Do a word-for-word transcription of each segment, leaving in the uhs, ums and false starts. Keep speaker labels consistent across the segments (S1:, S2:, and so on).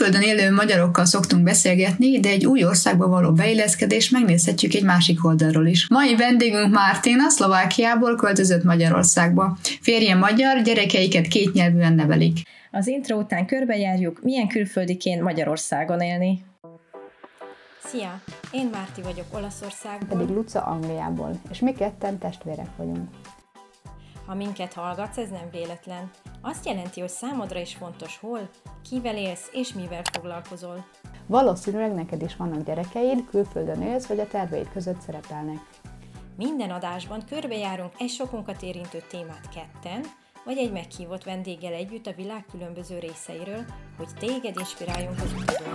S1: külföldön élő magyarokkal szoktunk beszélgetni, de egy új országba való beilleszkedés megnézhetjük egy másik oldalról is. Mai vendégünk Martina Szlovákiából költözött Magyarországba. Férje magyar, gyerekeiket kétnyelvűen nevelik.
S2: Az intro után körbejárjuk, milyen külföldiként Magyarországon élni.
S3: Szia! Én Márti vagyok Olaszországból.
S4: Pedig Luca Angliából, és mi ketten testvérek vagyunk.
S3: Ha minket hallgatsz, ez nem véletlen. Azt jelenti, hogy számodra is fontos hol, kivel élsz és mivel foglalkozol.
S4: Valószínűleg neked is vannak gyerekeid, külföldön élsz, vagy a terveid között szerepelnek.
S3: Minden adásban körbejárunk egy sokunkat érintő témát ketten, vagy egy meghívott vendéggel együtt a világ különböző részeiről, hogy téged inspiráljunk az utadon.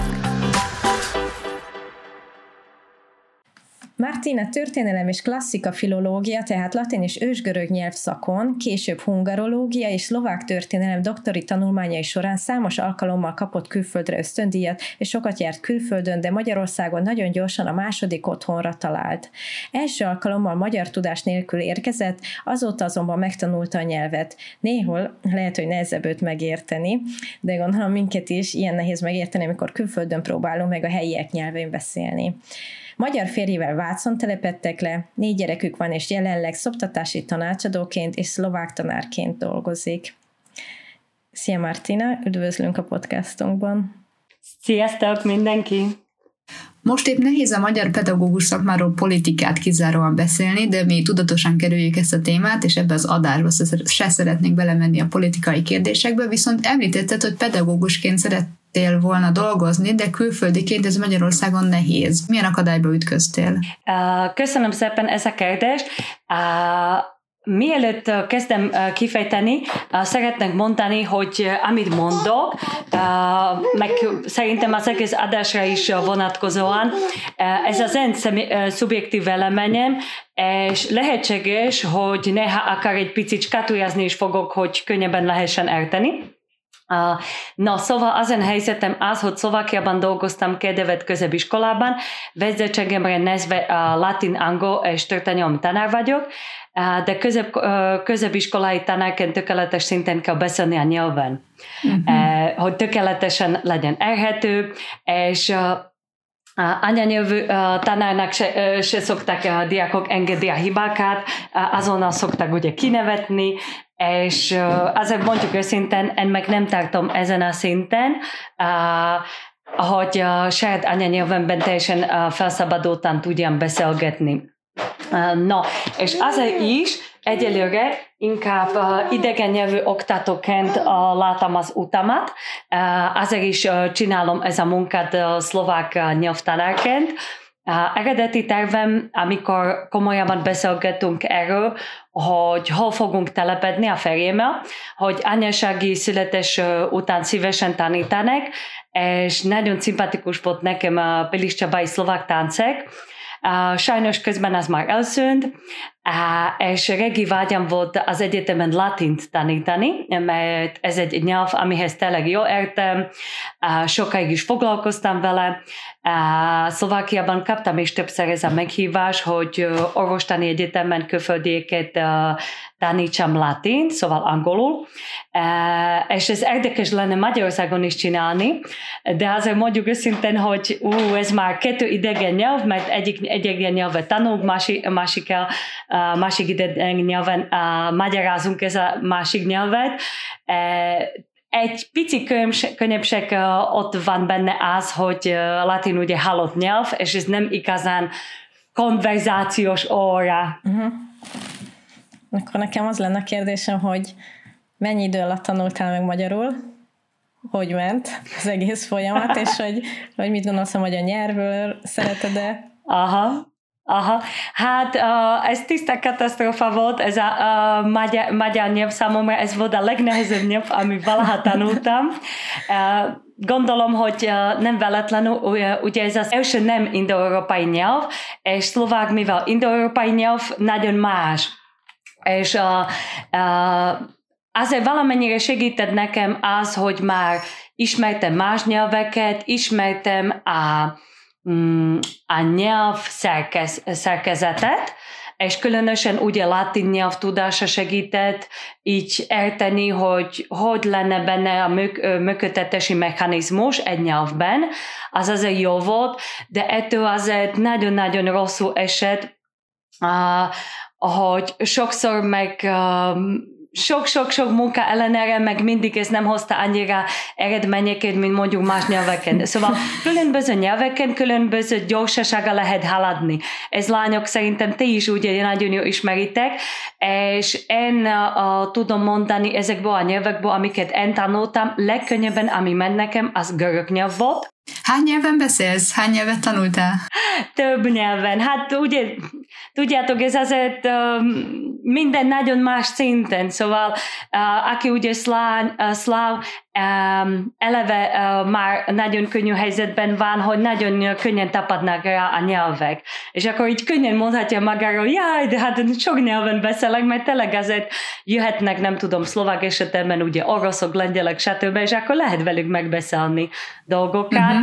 S2: Martina történelem és klasszika filológia, tehát latin és ősgörög nyelvszakon, később hungarológia és szlovák történelem doktori tanulmányai során számos alkalommal kapott külföldre ösztöndíjat, és sokat járt külföldön, de Magyarországon nagyon gyorsan a második otthonra talált. Első alkalommal magyar tudás nélkül érkezett, azóta azonban megtanulta a nyelvet. Néhol lehet, hogy nehezebb őt megérteni, de gondolom minket is ilyen nehéz megérteni, amikor külföldön próbálunk meg a helyiek nyelvén beszélni. Magyar férjével Vácon telepedtek le, négy gyerekük van, és jelenleg szoptatási tanácsadóként és szlovák tanárként dolgozik. Szia Martina, üdvözlünk a podcastunkban.
S5: Sziasztok mindenki!
S1: Most épp nehéz a magyar pedagógus szakmáról politikát kizáróan beszélni, de mi tudatosan kerüljük ezt a témát, és ebbe az adásba se szeretnénk belemenni a politikai kérdésekbe, viszont említetted, hogy pedagógusként szerettél volna dolgozni, de külföldiként ez Magyarországon nehéz. Milyen akadályba ütköztél?
S5: Köszönöm szépen ezt a kérdést. Mielőtt kezdem kifejteni, szeretnék mondani, hogy amit mondok, meg szerintem az egész adásra is vonatkozóan, ez az én szubjektív véleményem, és lehetséges, hogy néha akár egy picit skatujázni is fogok, hogy könnyebben lehessen érteni. Uh, na, szóval az én helyzetem az, hogy Szlovákiában dolgoztam két évet középiskolában, végzettségemre nézve uh, latin, angol és történelem tanár vagyok, uh, de közép, uh, középiskolai tanárként tökéletes szinten kell beszélni a nyelven, uh-huh. uh, hogy tökéletesen legyen érthető, és uh, Uh, anyanyelvű uh, tanárnak se, uh, se szokták a uh, diákok engedni a hibákat, uh, azonnal szokták ugye kinevetni, és uh, azért mondjuk őszintén, én meg nem tartom ezen a szinten, uh, hogy a saját anyanyelvemben teljesen uh, felszabadultan tudjam beszélgetni. Uh, no, és azért is egyelőre inkább uh, idegen nyelvű oktatóként uh, látom az utamat, uh, azért is uh, csinálom ez a munkát uh, szlovák uh, nyelvtanárként. Uh, eredeti tervem, amikor komolyabban beszélgetünk erről, hogy hol fogunk telepedni a férjémmel, hogy anyasági születés uh, után szívesen tanítanak, és nagyon szimpatikus volt nekem a Piliscsabai szlovák táncek. Uh, sajnos közben az már elszűnt, uh, és régi vágyam volt az egyetemen latint tanítani, mert ez egy nyelv, amihez tényleg jól értem, uh, sokáig is foglalkoztam vele. Uh, Szlovákiában kaptam is többször ez a meghívás, hogy uh, orvostani egyetemen külföldieket uh, tanítsam latin, szóval angolul, uh, és ez érdekes lenne Magyarországon is csinálni, de azért mondjuk őszintén, hogy ú, ez már kettő idegen nyelv, mert egyik idegen nyelvet tanulunk, másik, másik, uh, másik idegen nyelven uh, magyarázunk ez a másik nyelvet. Uh, Egy pici könnyebbség uh, ott van benne az, hogy uh, latin ugye halott nyelv, és ez nem igazán konverzációs óra.
S2: Uh-huh. Akkor nekem az lenne a kérdésem, hogy mennyi idő alatt tanultál meg magyarul? Hogy ment az egész folyamat, és hogy, hogy mit gondolsz a magyar nyelvről, szereted-e?
S5: Aha. Aha, hát uh, ez tiszta katasztrófa volt, ez a uh, magyar, magyar nyelv számomra, ez volt a legnehezebb nyelv, amit valaha tanultam. Uh, gondolom, hogy uh, nem véletlenül, uh, ugye ez az első nem indo-európai nyelv, és szlovák, mivel indo-európai nyelv, nagyon más. És uh, uh, azért valamennyire segített nekem az, hogy már ismertem más nyelveket, ismertem a a nyelv szerkez, szerkezetet, és különösen ugye latin nyelv tudása segített így érteni, hogy hogy lenne benne a műk- működtetési mechanizmus egy nyelvben, az azért jó volt, de ettől azért nagyon-nagyon rosszul esett, uh, hogy sokszor meg uh, sok-sok-sok munka ellenére, meg mindig ez nem hozta annyira eredményeket, mint mondjuk más nyelveken. Szóval különböző nyelveken különböző gyorsasága lehet haladni. Ez lányok szerintem ti is ugye nagyon jól ismeritek, és én uh, tudom mondani ezekből a nyelvekből, amiket én tanultam, legkönnyebben, ami ment nekem, az görög nyelv volt.
S1: Hány nyelven beszélsz? Hány nyelvet tanultál?
S5: Több nyelven. Hát ugye, tudjátok, ez azért um, minden nagyon más szinten. Szóval, uh, aki ugye szláv, uh, szláv um, eleve uh, már nagyon könnyű helyzetben van, hogy nagyon könnyen tapadnak rá a nyelvek. És akkor így könnyen mondhatja magáról, jaj, de hát sok nyelven beszélek, mert tényleg azért jöhetnek, nem tudom, szlovák esetemben ugye oroszok, lengyelek, stb. És akkor lehet velük megbeszélni dolgokat. Uh-huh.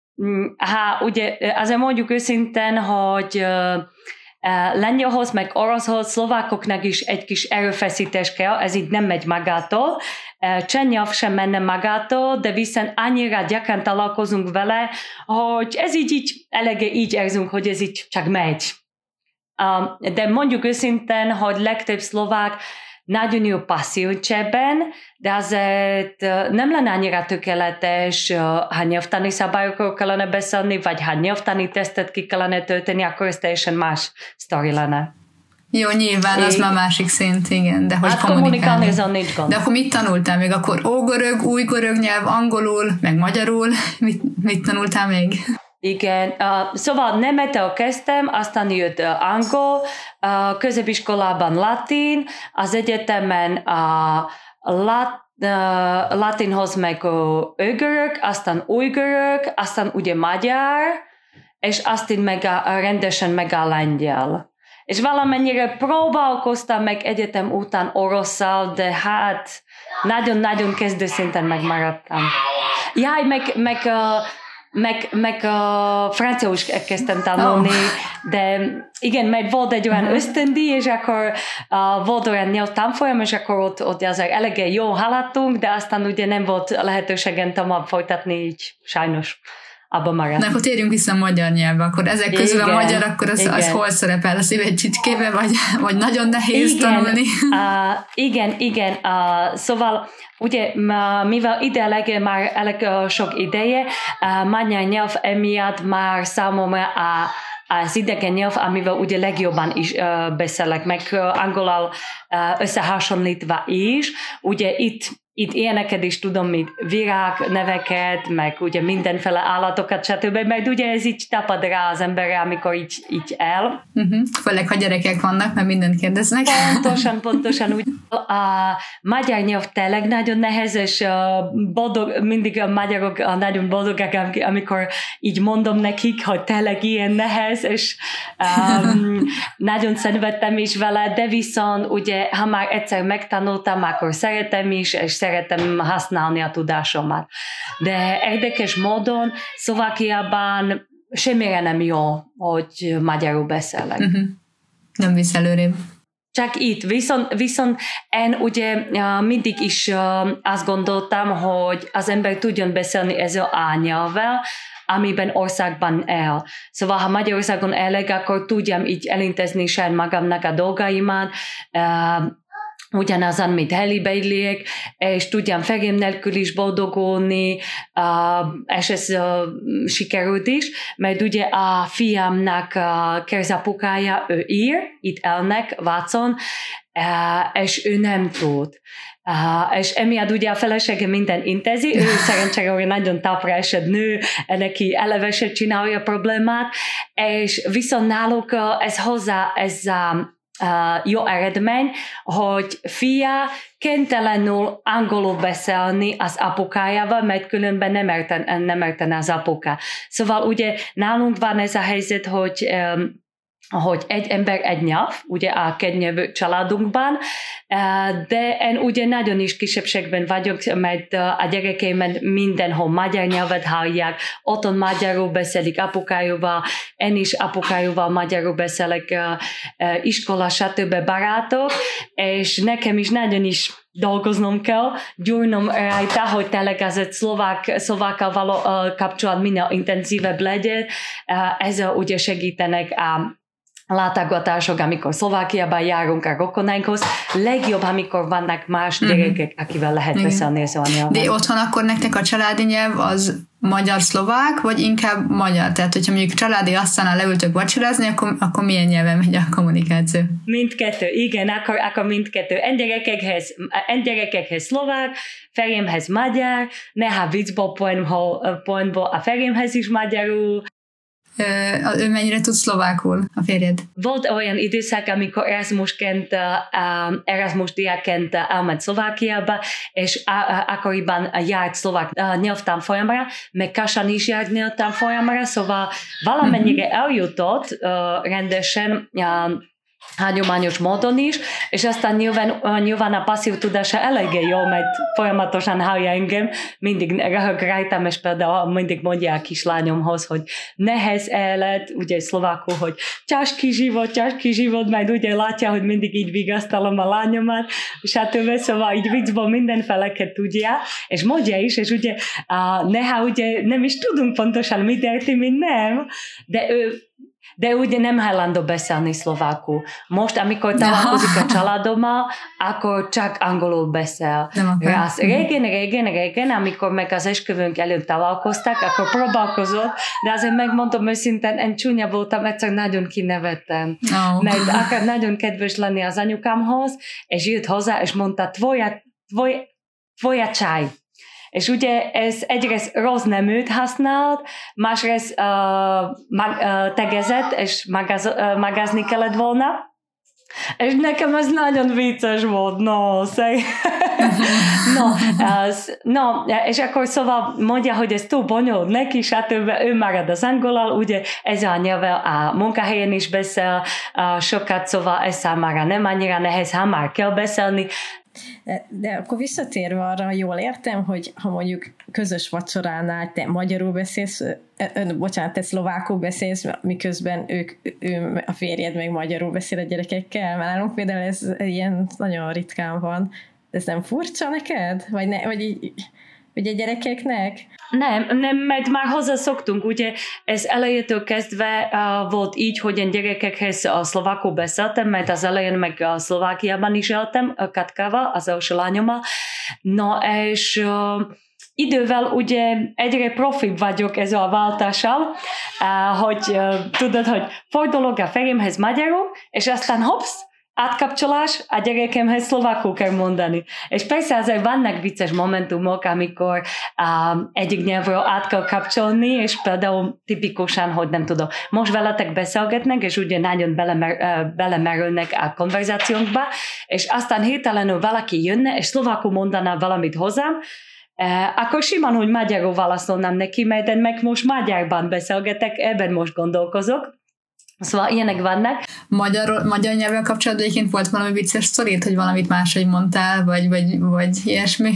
S5: Ha, ugye, azért mondjuk őszintén, hogy uh, uh, lengyelhoz, meg oroszhoz, szlovákoknak is egy kis erőfeszítés kell, ez így nem megy magától. Uh, Cseh sem menne magától, de viszont annyira gyakran találkozunk vele, hogy ez így, így elege így érzünk, hogy ez így csak megy. Uh, de mondjuk őszintén, hogy legtöbb szlovák nagyon jó passzív csehben, de azért nem lenne annyira tökéletes, ha nyelvtani szabályokról kellene beszélni, vagy ha nyelvtani tesztet ki kellene tölteni, akkor ez teljesen más sztori lenne.
S1: Jó, nyilván az már másik szint, igen, de hogy
S5: hát
S1: kommunikálni.
S5: kommunikálni nincs gond.
S1: De akkor mit tanultál még? Akkor ógörög, új görög nyelv, angolul, meg magyarul, mit, mit tanultál még?
S5: Igen, uh, szóval némettel kezdtem, aztán jött uh, angol, uh, középiskolában latin, az egyetemen uh, lat, uh, latinhoz meg uh, őgörög, aztán újgörög, aztán ugye magyar, és aztán meg a, rendesen meg a lengyel. És valamennyire próbálkoztam meg egyetem után orosszal, de hát nagyon-nagyon kezdő szinten megmaradtam. Jaj, meg... meg uh, Meg, meg a franciául is kezdtem tanulni, oh. de igen, mert volt egy olyan uh-huh. ösztöndíj, és akkor uh, volt olyan nyelvtanfolyam, és akkor ott, ott azért elege jó haladtunk, de aztán ugye nem volt lehetőségen tovább folytatni, így sajnos abban maradtam.
S1: Na, akkor térjünk vissza a magyar nyelvbe, akkor ezek közül igen, a magyar, akkor az, az hol szerepel a szív egy csicskében, vagy, vagy nagyon nehéz
S5: igen,
S1: tanulni?
S5: Uh, igen, igen, uh, szóval ugye, mivel ide elég, már elég sok ideje, uh, magyar nyelv emiatt már számomra a az idegen nyelv, amivel ugye legjobban is uh, beszélek, meg uh, angolal uh, összehasonlítva is. Ugye itt, itt ilyeneket is tudom, mint virágneveket, meg ugye mindenféle állatokat, stb. Meg ugye ez így tapad rá az emberre, amikor így, így el.
S1: Uh-huh. Főleg, ha gyerekek vannak, mert mindent kérdeznek.
S5: Pontosan, pontosan. Úgy. A magyar nyelv tényleg nagyon nehéz, és boldog, mindig a magyarok nagyon boldogak, amikor így mondom nekik, hogy tényleg ilyen nehéz, és um, nagyon szenvedtem is vele, de viszont ugye, ha már egyszer megtanultam, akkor szeretem is, és szeretem használni a tudásomat. De érdekes módon Szlovákiában semmire nem jó, hogy magyarul beszélek. Uh-huh.
S1: Nem visz előrébb.
S5: Csak itt, viszont, viszont én ugye mindig is azt gondoltam, hogy az ember tudjon beszélni ezzel a nyelvvel, amiben országban él. Szóval, ha Magyarországon élek, akkor tudjam így elintézni saját magamnak a dolgaimat, ugyanazon, mint Halle Bailey-ek, és tudjam fegém nélkül is boldogulni, uh, és ez uh, sikerült is, mert ugye a fiamnak a kerzapukája, ő ír, itt elnek, Watson, uh, és ő nem tud. Uh, és emiatt ugye a felesége minden intézi, ő szerencsére olyan nagyon taprásod nő, neki eleve se csinálja a problémát, és viszont náluk uh, ez hozzá, ez a Uh, jó eredmény, hogy fia kénytelenül angolul beszélni az apukájával, mert különben nem érten, nem érten az apuka. Szóval ugye nálunk van ez a helyzet, hogy um, hogy egy ember, egy nyelv, ugye a kednyelvű családunkban, de én ugye nagyon is kisebbségben vagyok, mert a gyerekeimet mindenhol magyar nyelvet hallják, otthon magyarul beszélik apukájúval, én is apukájúval magyarul beszélek, iskola, stb. Barátok, és nekem is nagyon is dolgoznom kell, gyúrnom rajta, hogy tényleg ez egy szlovák, szlovákkal való kapcsolat minél intenzívebb legyen. Ezzel ugye segítenek a látogatások, amikor Szlovákiában járunk a rokonainkhoz, legjobb, amikor vannak más gyerekek, akivel lehet beszélni az anyanyelven.
S1: De otthon akkor nektek a családi nyelv az magyar-szlovák, vagy inkább magyar? Tehát, hogyha mondjuk családi asztalnál leültök vacsorázni, akkor, akkor milyen nyelven megy a kommunikáció?
S5: Mindkettő, igen, akkor, akkor mindkettő. Én gyerekekhez, én gyerekekhez szlovák, férjemhez magyar, néha viccból pontból a férjemhez is magyarul.
S1: Ő mennyire tud szlovákul, a férjed?
S5: Volt olyan időszak, amikor Erasmusként, uh, Erasmus diákként elment Szlovákiába, és uh, akkoriban járt szlovák uh, nyelvtanfolyamra, meg Kasan is járt nyelvtanfolyamra, szóval valamennyire eljutott uh, rendesen uh, hagyományos módon is, és aztán nyilván, nyilván a passzív tudása eléggé jó, mert folyamatosan hallja engem, mindig röhög rajtam, és például mindig mondja a kislányomhoz, hogy nehéz élet, ugye szlovákul, hogy ťažký život, ťažký život, majd ugye látja, hogy mindig így vigasztalom a lányomat, stb. Szóval így viccból mindenfeleket tudja, és mondja is, és ugye néha ugye nem is tudunk pontosan, mit érti, mit nem, de ő de ugye nem hajlandó beszélni szlovákul. Most, amikor találkozik a családommal, akkor csak angolul beszél. Rász. Régen, régen, régen, amikor meg az esküvőnk előtt találkoztak, akkor próbálkozott, de azért megmondom őszintén, én csúnya voltam, egyszer nagyon kinevettem. Oh. Mert akar nagyon kedves lenni az anyukámhoz, és jött hozzá, és mondta, tvoja, tvoja, tvoja csaj. És ugye ez egyrészt rossz neműt használt, másrészt uh, mag, uh, tegezett, és magaz, uh, magazni kellett volna. És nekem ez nagyon vicces volt, no, szeg... no, az, no, és akkor szóval mondja, hogy ez túl bonyolult neki, stb. Ő marad az angolal, ugye ez a nyelve a munkahelyen is beszél uh, sokat, szóval ez számára nem annyira nehéz, ha már kell beszélni.
S2: De, de akkor visszatérve arra, jól értem, hogy ha mondjuk közös vacsoránál te magyarul beszélsz, ön, bocsánat, te szlovákul beszélsz, miközben ők, ő, a férjed meg magyarul beszél a gyerekekkel, mert nálunk például ez ilyen nagyon ritkán van. Ez nem furcsa neked? Vagy, ne, vagy így... Ugye gyerekeknek?
S5: Nem, nem, mert már hozzászoktunk, ugye ez elejétől kezdve uh, volt így, hogy én gyerekekhez a szlovákul beszéltem, mert az elején meg a Szlovákiában is éltem, a Katkával, az első lányommal. Na, és uh, idővel ugye egyre profibb vagyok ezzel a váltással, uh, hogy uh, tudod, hogy fordulok a férjemhez magyarul, és aztán hopsz, átkapcsolás, a gyerekemhez szlovákul kell mondani. És persze azért vannak vicces momentumok, amikor um, egyik nyelvről át kell kapcsolni, és például tipikusan, hogy nem tudom, most veletek beszélgetnek, és ugye nagyon belemer, uh, belemerülnek a konverzációnkba, és aztán hirtelenül valaki jönne, és szlovákul mondaná valamit hozzám, Uh, akkor simán, hogy magyarul válaszolnám neki, mert én meg most magyarban beszélgetek, ebben most gondolkozok. Szóval ilyenek vannak.
S1: Magyar, magyar nyelvvel kapcsolatban egyébként volt valami vicces szorít, hogy valamit máshogy mondtál, vagy, vagy, vagy ilyesmi?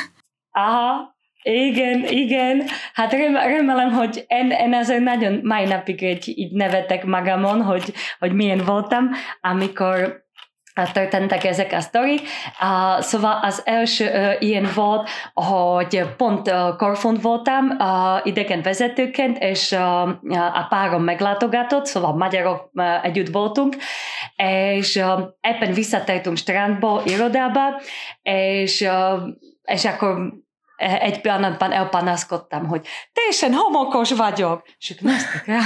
S5: Aha, igen, igen. Hát remélem, hogy én, én azért nagyon mai napig így, így nevetek magamon, hogy, hogy milyen voltam, amikor történtek ezek a sztorik. Uh, szóval az első uh, ilyen volt, hogy pont uh, Korfun voltam uh, idegenvezetőként, és uh, a párom meglátogatott, szóval magyarok uh, együtt voltunk, és uh, éppen visszatértünk strandból, irodába, és, uh, és akkor egy pillanatban elpanaszkodtam, hogy teljesen homokos vagyok. És ők néztek rá.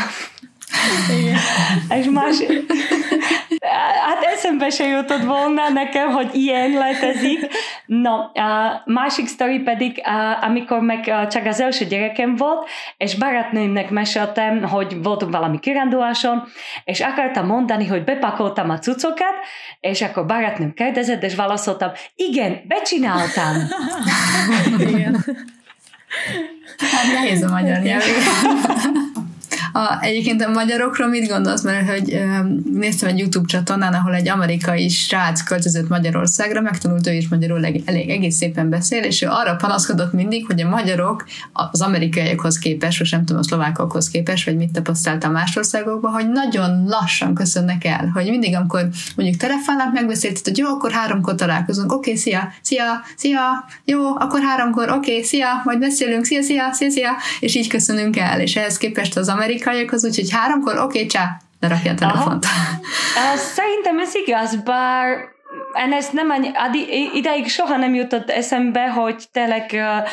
S5: És más... Hát eszembe se jutott volna nekem, hogy ilyen létezik. No, a másik sztori pedig, amikor meg csak az első gyerekem volt, és barátnőimnek meséltem, hogy voltunk valami kiránduláson, és akartam mondani, hogy bepakoltam a cuccokat, és akkor barátnőm kérdezett, és válaszoltam, igen, becsináltam.
S1: Igen. Hát nehéz a magyar nyelv. A, egyébként a magyarokról mit gondolsz? Mert hogy um, néztem egy YouTube csatornán, ahol egy amerikai srác költözött Magyarországra, megtanult ő is magyarul elég, elég egész szépen beszél, és ő arra panaszkodott mindig, hogy a magyarok az amerikaiakhoz képest, vagy nem tudom, a szlovákokhoz képest, vagy mit tapasztaltam más országokban, hogy nagyon lassan köszönnek el, hogy mindig, amikor mondjuk telefonálnak, megbeszélted, hogy jó, akkor háromkor találkozunk, oké, okay, szia, szia, szia, jó, akkor háromkor, oké, okay, szia, majd beszélünk, szia, szia, szia, szia, és így köszönünk el, és ehhez képest az amerikaiakhoz, úgyhogy háromkor, oké, okay, csá, lerakja a telefont.
S5: Aha. Szerintem ez igaz, bár ez nem annyi, ideig soha nem jutott eszembe, hogy tényleg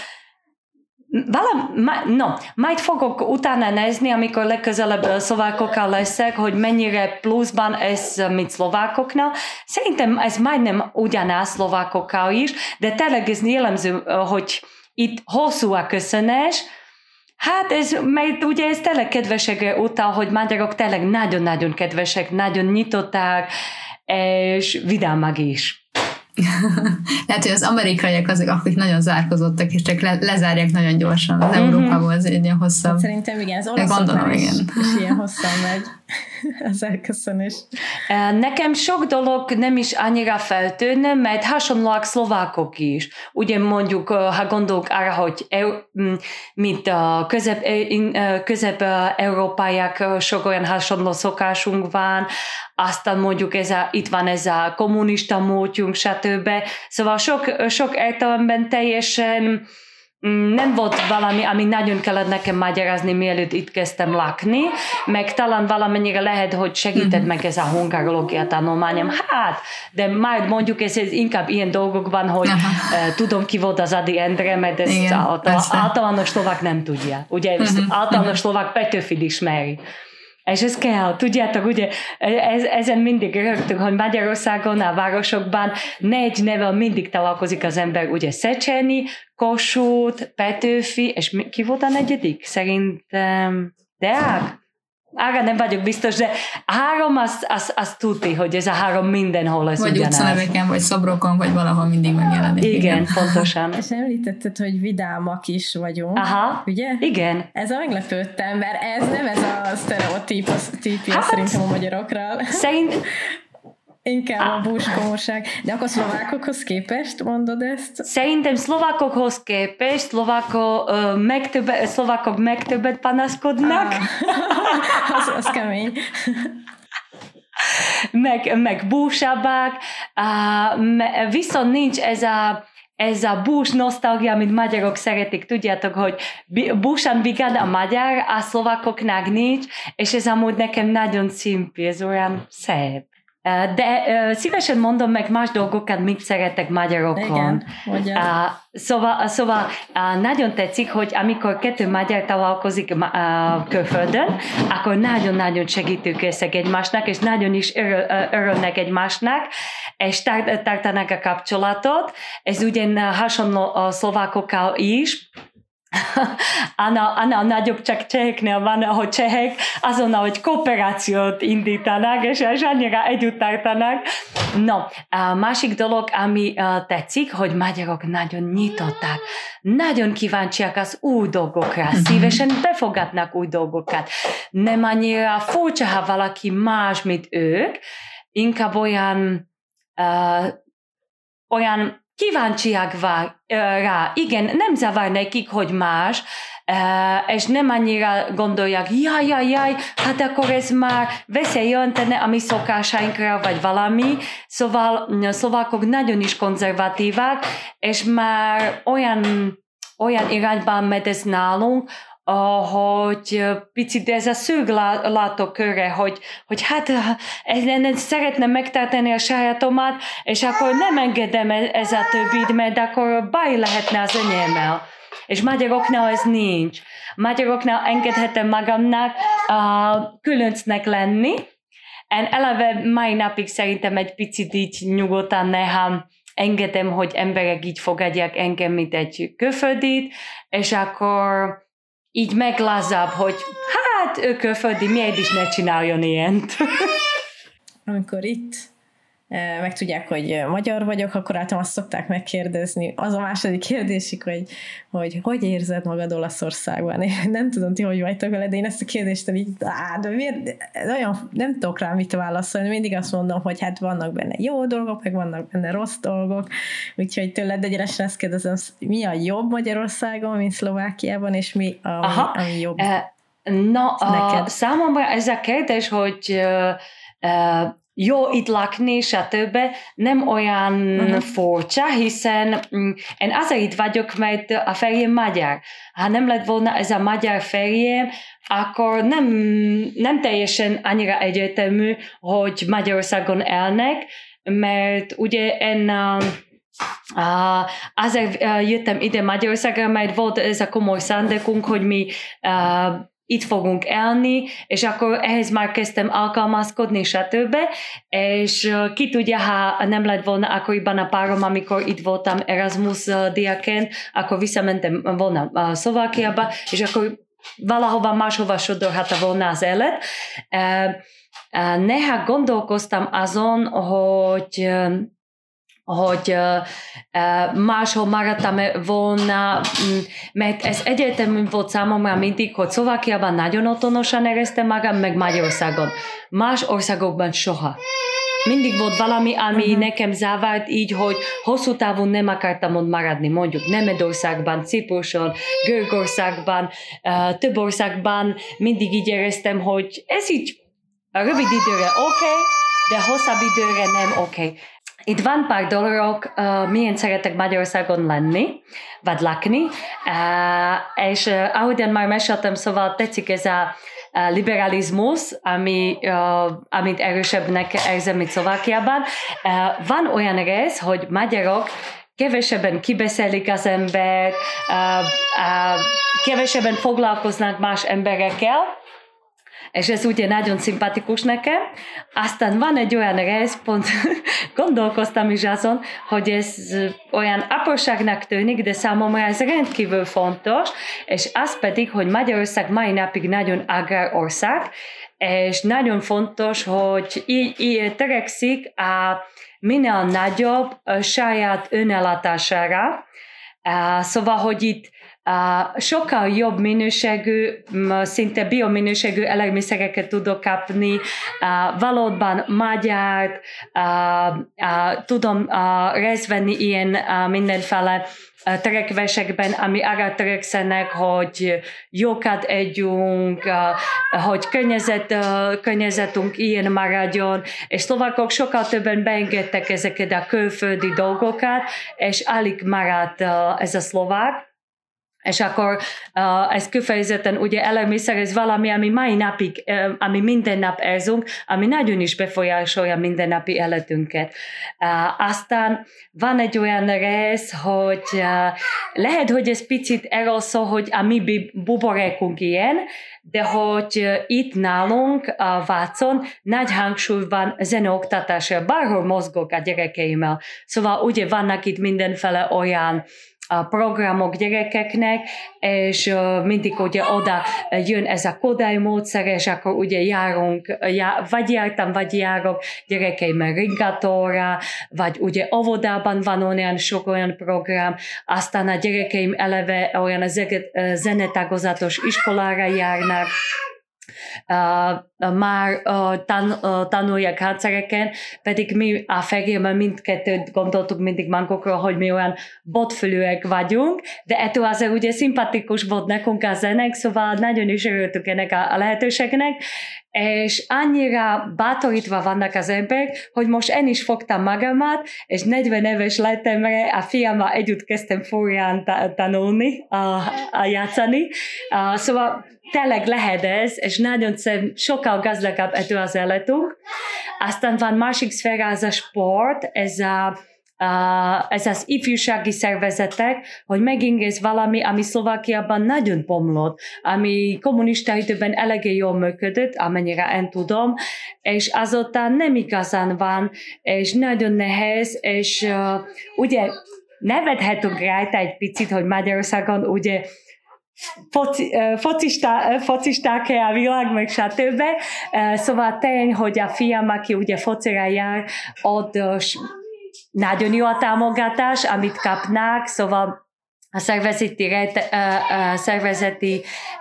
S5: Valam, no, majd fogok utána nézni, amikor legközelebb szlovákokkal leszek, hogy mennyire pluszban ez, mint szlovákoknál. Szerintem ez majdnem ugyanaz szlovákokkal is, de tényleg ez jellemző, hogy itt hosszú a köszönés. Hát ez, mert ugye ez tényleg kedveségre utal, hogy magyarok tényleg nagyon-nagyon kedvesek, nagyon nyitották, és vidámak is.
S1: Lehet, hogy az amerikaiak azok, akik nagyon zárkozottak, és csak le, lezárják nagyon gyorsan. Az mm-hmm. Európában az egy ilyen hosszabb. Hát
S2: szerintem igen, az olaszoknál is, is ilyen hosszan megy az elköszönés.
S5: Nekem sok dolog nem is annyira feltűnne, mert hasonlóak szlovákok is. Ugye mondjuk, ha gondolok arra, hogy mint a közép, közép-európaiak sok olyan hasonló szokásunk van, aztán mondjuk ez a, itt van ez a kommunista módjunk, stb. Szóval sok, sok értelemben teljesen nem volt valami, ami nagyon kellett nekem magyarázni, mielőtt itt kezdtem lakni, meg talán valamennyire lehet, hogy segített mm-hmm. meg ez a hungarológia tanulmányom. Hát, de majd mondjuk ez, ez inkább ilyen dolgokban, hogy uh, tudom ki volt az Ady Endre, mert ez igen, által, általános szlovák nem tudja. Ugye mm-hmm. általános szlovák Petőfit ismeri. És ez kell, tudjátok, ugye ez, ezen mindig rögtünk, hogy Magyarországon, a városokban négy neve mindig találkozik az ember, ugye Széchenyi, Kossuth, Petőfi, és ki volt a negyedik? Szerintem Deák? Arra nem vagyok biztos, de három az, az, az tuti, hogy ez a három mindenhol ez
S1: vagy
S5: ugyanaz.
S1: Vagy utcaneveken, vagy szobrokon, vagy valahol mindig megjelenik.
S5: Igen, igen, pontosan.
S2: És említetted, hogy vidámak is vagyunk,
S5: aha,
S2: ugye?
S5: Igen.
S2: Ez a meglepődtem, mert ez nem ez a sztereotípia hát, szerintem a magyarokról.
S5: Szerint...
S2: Inkább a búskomorság. De akkor szlovákokhoz képest mondod ezt?
S5: Szerintem szlovákokhoz képest szlovákok, uh, megtöbbet, szlovákok megtöbbet panaszkodnak.
S2: Ah, az, az kemény.
S5: meg, meg búsabbak. Uh, viszont nincs ez a ez a bús nosztalgia, amit magyarok szeretik. Tudjátok, hogy búsan vigad a magyar, a szlovákoknak nincs, és ez amúgy nekem nagyon szimpi, ez olyan szép. De uh, szívesen mondom meg más dolgokat, mit szeretek magyarokon.
S2: Igen,
S5: uh, szóval szóval uh, nagyon tetszik, hogy amikor kettő magyar találkozik uh, külföldön, akkor nagyon-nagyon segítőkészek egymásnak, és nagyon is örül, uh, örülnek egymásnak, és tart, tartanak a kapcsolatot. Ez ugyan hasonló a szlovákokkal is. Annál nagyobb csak cseheknél van, hogy csehek azonnal, hogy kooperációt indítanak, és, és annyira együtt tartanak. No, a másik dolog, ami uh, tetszik, hogy magyarok nagyon nyitottak, nagyon kíváncsiak az új dolgokra, szívesen befogadnak új dolgokat. Nem annyira furcsa, ha valaki más, mint ők, inkább olyan uh, olyan kíváncsiak rá. Igen, nem zavar nekik, hogy más, és nem annyira gondolják, jaj, jaj, jaj, hát akkor ez már veszély jelentene a mi szokásainkra, vagy valami. Szóval a szlovákok nagyon is konzervatívak, és már olyan, olyan irányban megy ez nálunk, hogy picit ez a szöglátóköre, hogy, hogy hát én szeretném megtartani a sajátomat, és akkor nem engedem ez a többit, mert akkor baj lehetne az enyémmel. És magyaroknál ez nincs. Magyaroknál engedhetem magamnak uh, különcnek lenni. Én eleve mai napig szerintem egy picit így nyugodtan néha engedem, hogy emberek így fogadják engem, mint egy külföldit, és akkor így meglázabb, hogy hát ő külföldi, miért is ne csináljon ilyent.
S2: Amikor itt megtudják, hogy magyar vagyok, akkor általában azt szokták megkérdezni. Az a második kérdésük, hogy hogy, hogy érzed magad Olaszországban? Én nem tudom, ti hogy vagytok vele, de én ezt a kérdést így, á, de miért, olyan, nem tudok rá mit válaszolni. Mindig azt mondom, hogy hát vannak benne jó dolgok, meg vannak benne rossz dolgok, úgyhogy tőled egyenesen ezt kérdezem, mi a jobb Magyarországon, mint Szlovákiában, és mi a, ami, ami jobb
S5: uh, Na,
S2: neked?
S5: Uh, számomra ez a kérdés, hogy uh, uh, jó itt lakni, stb. Nem olyan uh-huh. furcsa, hiszen um, én azért itt vagyok, mert a férjem magyar. Ha nem lett volna ez a magyar férjem, akkor nem, nem teljesen annyira egyértelmű, hogy Magyarországon élnek, mert ugye én uh, uh, azért uh, jöttem ide Magyarországra, mert volt ez a komoly szándékunk, hogy mi uh, itt fogunk élni, és akkor ehhez már kezdtem alkalmazkodni, stb. És uh, ki tudja, ha nem lett volna akkoriban a párom, amikor itt voltam Erasmus uh, diákként, akkor visszamentem volna uh, Szlovákiába, és akkor valahova máshova sodorhatta volna az élet. Uh, uh, néha gondolkoztam azon, hogy uh, hogy uh, uh, máshol maradtam volna, mert ez egyértelmű volt számomra mindig, hogy Szlovákiában nagyon otthonosan éreztem magam, meg Magyarországon. Más országokban soha. Mindig volt valami, ami uh-huh. nekem zavart így, hogy hosszú távon nem akartam ott maradni, mondjuk Németországban, Cipruson, Görögországban, uh, több országban mindig így éreztem, hogy ez így rövid időre oké, okay, de hosszabb időre nem oké. Okay. Itt van pár dolgok, uh, milyen szeretek Magyarországon lenni, vagy lakni, uh, és uh, ahogyan már meséltem, szóval tetszik ez a uh, liberalizmus, ami, uh, amit erősebbnek érzem, mint Szlovákiában. Uh, van olyan rész, hogy magyarok kevesebben kibeszélik az embert, uh, uh, kevesebben foglalkoznak más emberekkel, és ez ugye nagyon szimpatikus nekem. Aztán van egy olyan rész, pont gondolkoztam is azon, hogy ez olyan apróságnak tűnik, de számomra ez rendkívül fontos, és az pedig, hogy Magyarország mai napig nagyon agrár ország, és nagyon fontos, hogy így, így törekszik a minél nagyobb a saját önellátására. Szóval, hogy itt Uh, sokkal jobb minőségű, szinte biominőségű élelmiszereket tudok kapni, uh, valóban magyar, uh, uh, tudom uh, részt venni ilyen uh, mindenféle uh, törekvésekben, ami arra törekszenek, hogy jókat együnk, uh, hogy környezet, uh, környezetünk ilyen maradjon, és szlovákok sokkal többen beengedtek ezeket a külföldi dolgokat, és alig maradt uh, ez a szlovák. És akkor uh, ez kifejezetten ugye élelmiszer, ez valami, ami mai napig, uh, ami minden nap érzünk, ami nagyon is befolyásolja mindennapi életünket. Uh, aztán van egy olyan rész, hogy uh, lehet, hogy ez picit erről szól, hogy a mi buborékunk ilyen, de hogy uh, itt nálunk a uh, Vácon nagy hangsúly van zeneoktatásra, bárhol mozgok a gyerekeimmel. Szóval ugye vannak itt mindenféle olyan a programok gyerekeknek, és uh, mindig ugye oda jön ez a Kodály módszer, és akkor ugye járunk, já, vagy jártam, vagy járok gyerekeimmel ringatóra, vagy ugye óvodában van olyan sok olyan program, aztán a gyerekeim eleve olyan a zenetagozatos iskolára járnak, Uh, már uh, tan, uh, tanulják hátszereken, pedig mi a férjemmel mindkettőt gondoltuk mindig magunkról, hogy mi olyan botfülőek vagyunk, de ettől azért ugye szimpatikus volt nekünk a zenek, szóval nagyon is örültük ennek a, a lehetőségnek, és annyira bátorítva vannak az emberek, hogy most én is fogtam magamat, és negyven éves lettem, a fiammal együtt kezdtem furján tanulni, a, a játszani, uh, szóval tényleg lehet ez, és nagyon szép, sokkal gazdagabb ettől az életünk. Aztán van másik szféra, ez a sport, ez, a, a, ez az ifjúsági szervezetek, hogy megint ez valami, ami Szlovákiában nagyon bomlott, ami kommunista időben eléggé jól működött, amennyire én tudom, és azóta nem igazán van, és nagyon nehéz, és uh, ugye nevethetünk rajta egy picit, hogy Magyarországon ugye foci, focista, focisták a világ, meg stb. Szóval tény, hogy a fiam, aki ugye focira jár, ott nagyon jó a támogatás, amit kapnak, szóval a szervezeti, a szervezeti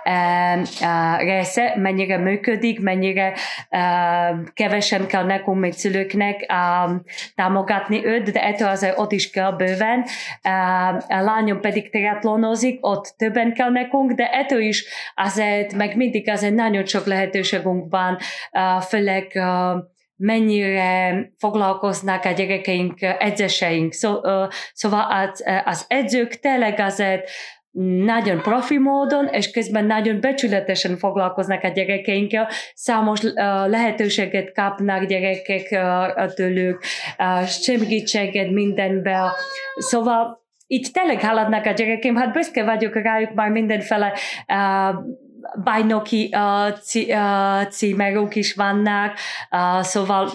S5: része mennyire működik, mennyire kevesen kell nekünk, mint szülőknek támogatni őt, de ettől azért ott is kell bőven. A lányom pedig triatlonozik, ott többen kell nekünk, de ettől is azért meg mindig azért nagyon sok lehetőségünk van, főleg mennyire foglalkoznak a gyerekeink, edzéseink. Szó, szóval az, az edzők tényleg azért nagyon profi módon, és közben nagyon becsületesen foglalkoznak a gyerekeinkkel, számos lehetőséget kapnak gyerekek tőlük, segítséget mindenben. Szóval így tényleg haladnak a gyerekeim, hát büszke vagyok rájuk, már mindenféle bajnoki uh, cí, uh, címerük is vannak, uh, szóval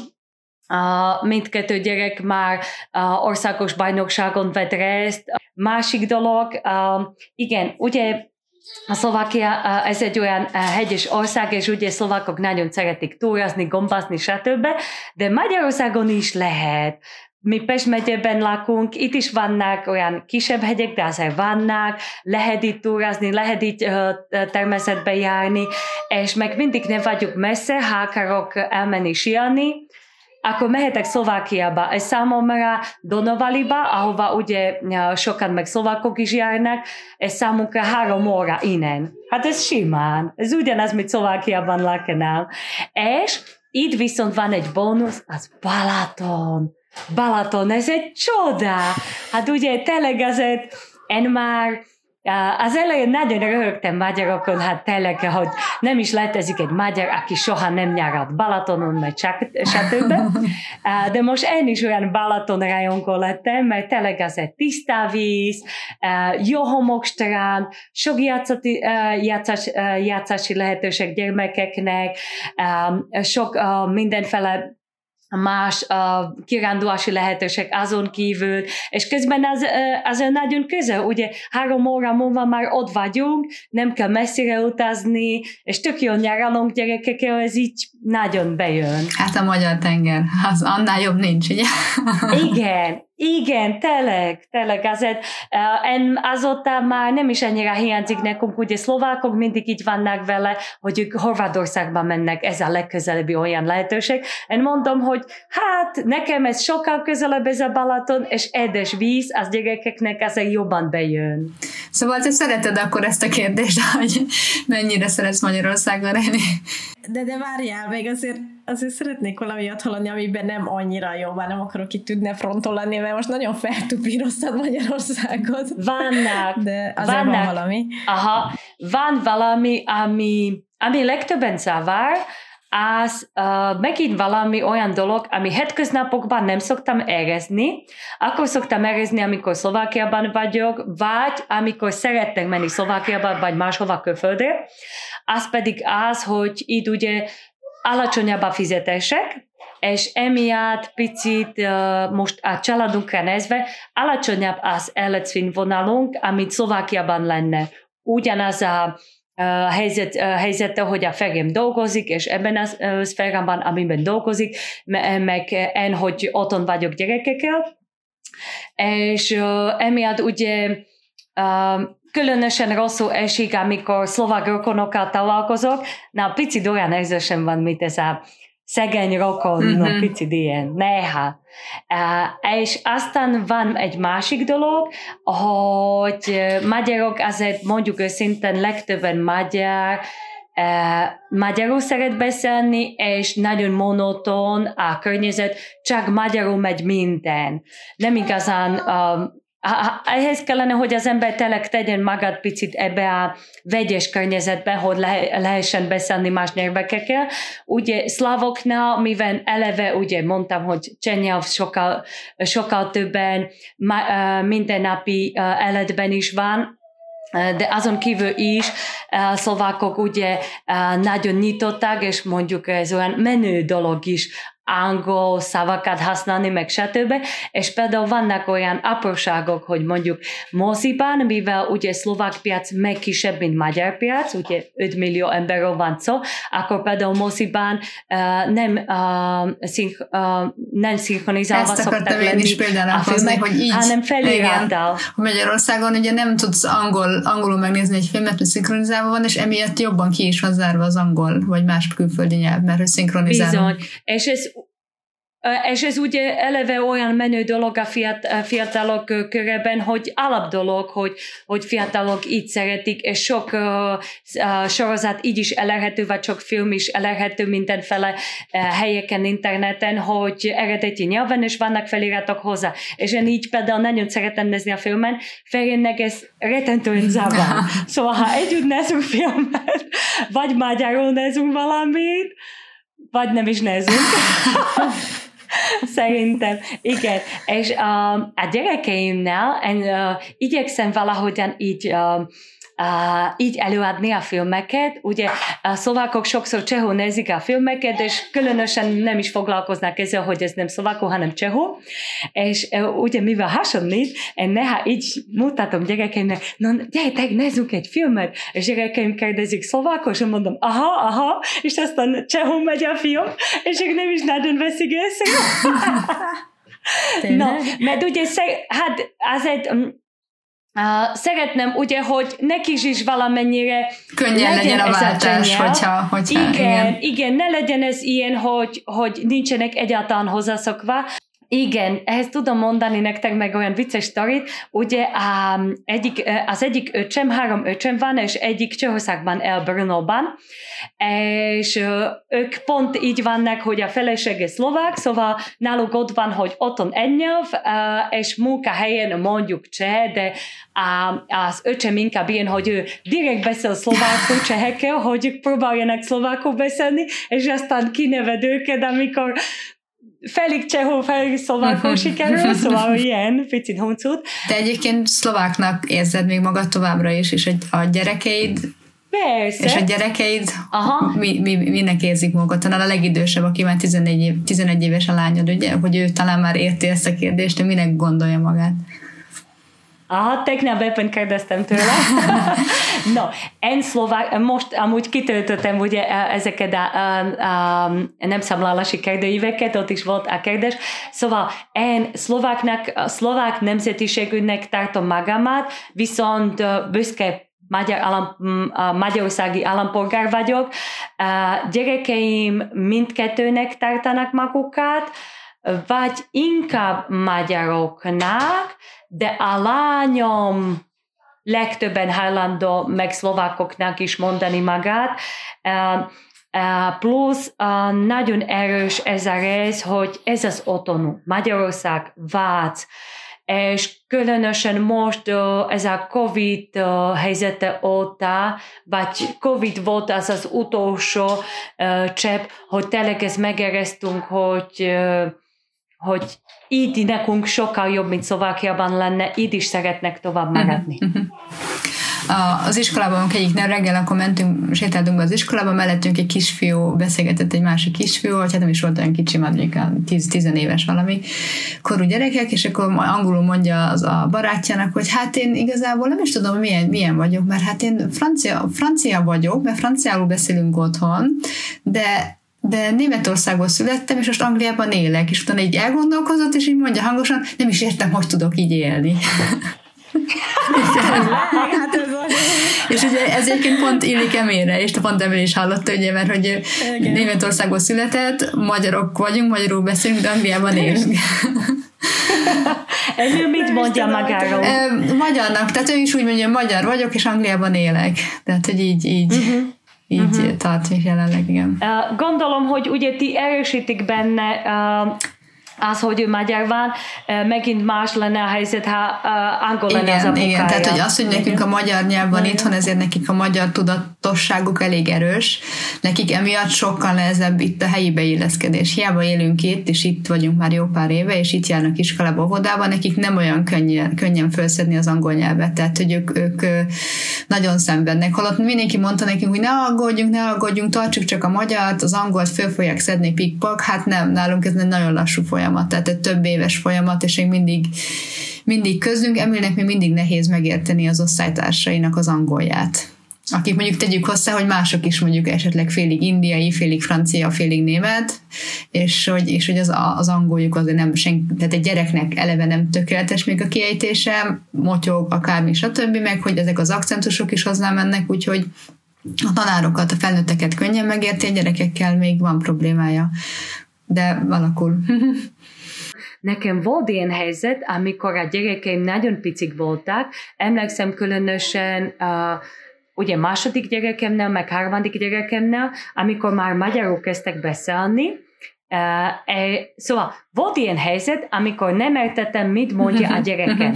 S5: uh, mindkettő gyerek már uh, országos bajnokságon vett részt. Másik dolog, uh, igen, ugye a Szlovákia uh, ez egy olyan uh, hegyes ország, és ugye szlovákok nagyon szeretik túrázni, gombászni, stb. De Magyarországon is lehet. Mi Pest megyében lakunk, itt is vannak olyan kisebb hegyek, de azért vannak, lehet itt túrázni, lehet itt uh, természetbe járni, és meg mindig nem vagyunk messze, ha akarok elmenni síelni, akkor mehetek Szlovákiába, és számomra Donovaliba, ahova ugye uh, sokan meg szlovákok is járnak, és számunkra három óra innen. Hát ez simán, ez ugyanaz, mint Szlovákiában lakanám. És itt viszont van egy bónusz, az Balaton. Balaton, ez egy csoda! Hát ugye tényleg azért én már az elején nagyon röhögtem magyarokon, hát tényleg, hogy nem is létezik egy magyar, aki soha nem nyárat Balatonon, meg stb. De most én is olyan Balaton rajongó lettem, mert tényleg az egy tiszta víz, jó homokstrand, sok játszati, játszás, játszási lehetőség gyermekeknek, sok mindenféle más uh, kirándulási lehetőség azon kívül, és közben az, uh, az nagyon közel, ugye három óra múlva már ott vagyunk, nem kell messzire utazni, és tök jól nyaralunk gyerekekkel, ez így nagyon bejön.
S1: Hát a magyar tenger, az annál jobb nincs, ugye?
S5: Igen, igen, tényleg, tényleg azért uh, én azóta már nem is ennyire hiányzik nekünk, ugye szlovákok mindig így vannak vele, hogy ők Horvátországban mennek, ez a legközelebbi olyan lehetőség. Én mondom, hogy hát nekem ez sokkal közelebb ez a Balaton, és édes víz, az gyerekeknek azért jobban bejön.
S1: Szóval te szereted akkor ezt a kérdést, hogy mennyire szeretsz Magyarországon élni?
S2: De, de várjál, még azért, azért szeretnék valami hallani, amiben nem annyira jó, már nem akarok itt tudni frontolni, mert most nagyon feltupíroztad Magyarországot.
S5: Vannak.
S2: De azért
S5: vannak,
S2: van valami.
S5: Aha, van valami, ami, ami legtöbben zavar, az uh, megint valami olyan dolog, ami hétköznapokban nem szoktam érezni, akkor szoktam érezni, amikor Szlovákiában vagyok, vagy amikor szeretnék menni Szlovákiában, vagy máshova külföldre, az pedig az, hogy itt ugye alacsonyabb a fizetések, és emiatt picit uh, most a családunkra nézve alacsonyabb az életszínvonalunk, amit Szlovákiában lenne. Ugyanaz a Uh, helyzet, uh, helyzete, hogy a férjem dolgozik, és ebben a uh, szférában, amiben dolgozik, me- meg én, hogy otthon vagyok gyerekekkel, és uh, emiatt ugye uh, különösen rosszul esik, amikor szlovák rokonokkal találkozok, na picit olyan érzésem van, mint ez a szegény rokon, mm-hmm. no, picit ilyen, néha. Uh, és aztán van egy másik dolog, hogy magyarok azért mondjuk őszintén legtöbben magyar, uh, magyarul szeret beszélni, és nagyon monoton a környezet, csak magyarul megy minden. Nem igazán uh, ehhez kellene, hogy az ember tényleg tegyen magad picit ebbe a vegyes környezetben, hogy le- lehessen beszélni más nyelvekkel. Ugye szlavoknál, mivel eleve ugye mondtam, hogy csehnyelv sokkal, sokkal többen ma, mindennapi életben is van, de azon kívül is a szlovákok ugye nagyon nyitottak, és mondjuk ez olyan menő dolog is angol szavakat használni, meg stb. És például vannak olyan apróságok, hogy mondjuk moziban, mivel ugye szlovák piac meg kisebb, mint magyar piac, ugye öt millió emberről van szó, akkor például moziban uh, nem, uh, szinch, uh, nem szinkronizálva szoktak lenni
S1: is például hozni, hogy így,
S5: hanem felirattal.
S1: Magyarországon ugye nem tudsz angol, angolul megnézni egy filmet, mert szinkronizálva van, és emiatt jobban ki is van zárva az angol, vagy más külföldi nyelv, mert hogy szinkronizálva.
S5: Bizony. És ez És ez ugye eleve olyan menő dolog a fiatalok körében, hogy alap dolog, hogy, hogy fiatalok így szeretik, és sok uh, uh, sorozat így is elérhető, vagy sok film is elérhető mindenféle uh, helyeken, interneten, hogy eredeti nyelven, és vannak feliratok hozzá. És én így például nagyon szeretem nézni a filmen, férjénnek ez rettentően zavar. Szóval ha együtt nézünk filmet, vagy magyarul nézünk valamit, vagy nem is nézünk. Szerintem, igen. És uh, a gyerekeimnél én uh, igyekszem valahogyan így, uh, uh, így előadni a filmeket. Ugye a szlovákok sokszor csehul nézik a filmeket, és különösen nem is foglalkoznak ezzel, hogy ez nem szlovákul, hanem csehul. És uh, ugye mivel hasonlít, én néha így mutatom gyerekeimnek, no, gyertek, nézzünk egy filmet, és gyerekeim kérdezik szlovákul, és mondom, aha, aha, és aztán csehul megy a film, és ők nem is nagyon veszik észre. No, mert ugye, hát azért Uh, szeretném ugye, hogy nekik is valamennyire
S1: könnyen legyen, legyen a váltás, a hogyha, hogyha
S5: igen,
S1: igen.
S5: igen, ne legyen ez ilyen, hogy, hogy nincsenek egyáltalán hozzászokva. Igen, ehhez tudom mondani nektek meg olyan vicces sztorit, ugye um, egyik, az egyik öcsém, három öcsém van, és egyik Csehországban él Brnóban, és uh, ők pont így vannak, hogy a felesége szlovák, szóval náluk ott van, hogy otthon egy nyelv, uh, és munkahelyen mondjuk cseh, de um, az öcsém inkább ilyen, hogy ő direkt beszél szlovákul csehekkel, hogy ők próbáljanak szlovákul beszélni, és aztán kineved őket, amikor félig csehó, félig szlovákul sikerül, szóval ilyen, picit huncut.
S1: De egyébként szlováknak érzed még magad továbbra is, és a gyerekeid
S5: Persze.
S1: És a gyerekeid mi, mi, minek érzik magukat? Talán a legidősebb, aki már tizenegy, év, tizenegy éves a lányod, ugye? Hogy ő talán már érti ezt a kérdést, de minek gondolja magát?
S5: Aha, tegnap éppen kérdeztem tőle. No, én szlovák, most amúgy kitöltöttem ugye ezeket a, a, a nemszámlálási kérdőíveket, ott is volt a kérdés. Szóval én szlováknak, a szlovák nemzetiségűnek tartom magamat, viszont büszke magyar állam, magyarországi állampolgár vagyok. A gyerekeim mindkettőnek tartanak magukat, vagy inkább magyaroknak, de a lányom legtöbben hajlandó meg szlovákoknak is mondani magát. Uh, uh, plusz uh, nagyon erős ez a rész, hogy ez az otthonunk, Magyarország, Vác, és különösen most uh, ez a Covid uh, helyzete óta, vagy Covid volt az az utolsó uh, csepp, hogy tényleg ezt megéreztünk, hogy uh, hogy így nekünk sokkal jobb, mint Szlovákiában lenne, így is szeretnek tovább maradni.
S1: Uh-huh. Az iskolában, egyik nem reggel, akkor mentünk, sétáltunk be az iskolába, mellettünk egy kisfiú beszélgetett egy másik kisfiú, vagy hát nem is volt olyan kicsi, már mondjuk tíz-tizenéves valami korú gyerekek, és akkor angolul mondja az a barátjának, hogy hát én igazából nem is tudom, milyen, milyen vagyok, mert hát én francia, francia vagyok, mert franciául beszélünk otthon, de de Németországból születtem, és most Angliában élek, és utána így elgondolkozott, és így mondja hangosan, nem is értem, hogy tudok így élni. És ugye ez egyébként pont illik Emére, és pont Emére is hallotta, ugye, mert hogy igen. Németországból született, magyarok vagyunk, magyarul beszélünk, de Angliában élünk.
S5: Ez ő mit mondja magáról?
S1: Magyarnak, tehát ő is úgy mondja, magyar vagyok, és Angliában élek. Tehát, hogy így, így. Uh-huh. Így uh-huh. tart még jelenleg, igen.
S5: Uh, gondolom, hogy ugye ti erősítik benne uh, az, hogy ő magyar van, uh, megint más lenne a helyzet, ha uh, angol lenne az apukája.
S1: Igen, tehát hogy az, hogy nekünk a magyar nyelv van itthon, ezért nekik a magyar tudatot tudatosságuk elég erős, nekik emiatt sokkal nehezebb itt a helyi beilleszkedés. Hiába élünk itt, és itt vagyunk már jó pár éve, és itt járnak iskolába, óvodába, nekik nem olyan könnyen, könnyen felszedni az angol nyelvet, tehát hogy ők, ők nagyon szenvednek. Holott mindenki mondta nekünk, hogy ne aggódjunk, ne aggódjunk, tartsuk csak a magyart, az angolt föl fogják szedni pikpak, hát nem, nálunk ez egy nagyon lassú folyamat, tehát egy több éves folyamat, és még mindig, mindig közünk, Emilnek még mindig nehéz megérteni az osztálytársainak az angolját. Akik mondjuk tegyük hozzá, hogy mások is mondjuk esetleg félig indiai, félig francia, félig német, és hogy, és hogy az, az angoljuk azért nem senki, tehát egy gyereknek eleve nem tökéletes még a kiejtése, motyog, akármi, stb., meg hogy ezek az akcentusok is hozzá mennek, úgyhogy a tanárokat, a felnőtteket könnyen megérti, a gyerekekkel még van problémája, de alakul.
S5: Nekem volt ilyen helyzet, amikor a gyerekeim nagyon picik voltak, emlékszem különösen uh, ugye második gyerekemnél, meg harmadik gyerekemnél, amikor már magyarul kezdtek beszélni. Uh, e, szóval volt ilyen helyzet, amikor nem értettem, mit mondja a gyerekem.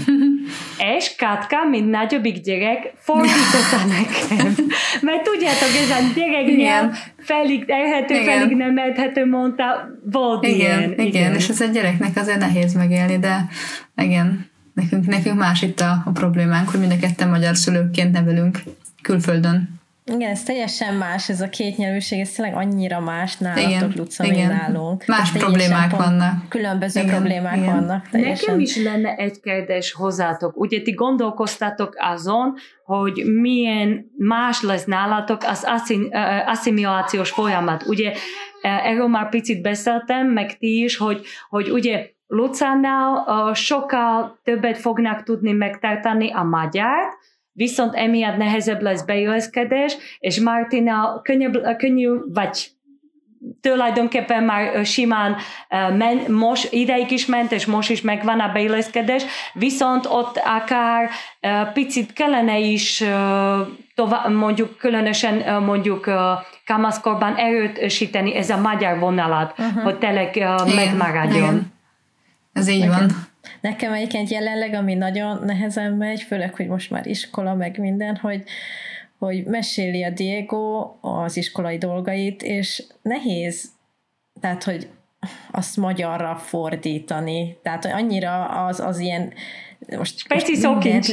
S5: És Katka, mint nagyobbik gyerek, fordította nekem. Mert tudjátok, ez a gyereknél félig érthető, félig nem érthető mondta, volt
S1: igen,
S5: ilyen.
S1: Igen, igen, és ez a gyereknek azért nehéz megélni, de igen, nekünk, nekünk más itt a, a problémánk, hogy mind a ketten magyar szülőkként nevelünk külföldön.
S2: Igen, ez teljesen más, ez a kétnyelvűség, ez tényleg annyira más nálatok, Luca, mint nálunk.
S1: Más problémák vannak.
S2: Különböző igen, problémák
S1: igen.
S2: vannak. Teljesen.
S5: Nekem is lenne egy kérdés hozzátok. Ugye ti gondolkoztatok azon, hogy milyen más lesz nálatok az asszimilációs folyamat. Ugye erről már picit beszéltem, meg ti is, hogy, hogy ugye Lucánál sokkal többet fognak tudni megtartani a magyart, viszont emiatt nehezebb lesz beilleszkedés, és Martina könnyebb, könnyű, vagy tulajdonképpen már simán men, most ideig is ment, és most is megvan a beilleszkedés, viszont ott akár picit kellene is tovább, mondjuk különösen mondjuk kamaszkorban erősíteni ez a magyar vonalat, uh-huh. hogy tényleg megmaradjon. Igen.
S1: Ez így
S2: nekem,
S1: van.
S2: Nekem egyébként jelenleg, ami nagyon nehezen megy, főleg, hogy most már iskola, meg minden, hogy, hogy meséli a Diego az iskolai dolgait, és nehéz, tehát, hogy azt magyarra fordítani. Tehát, hogy annyira az, az ilyen most,
S5: Speci szókincs.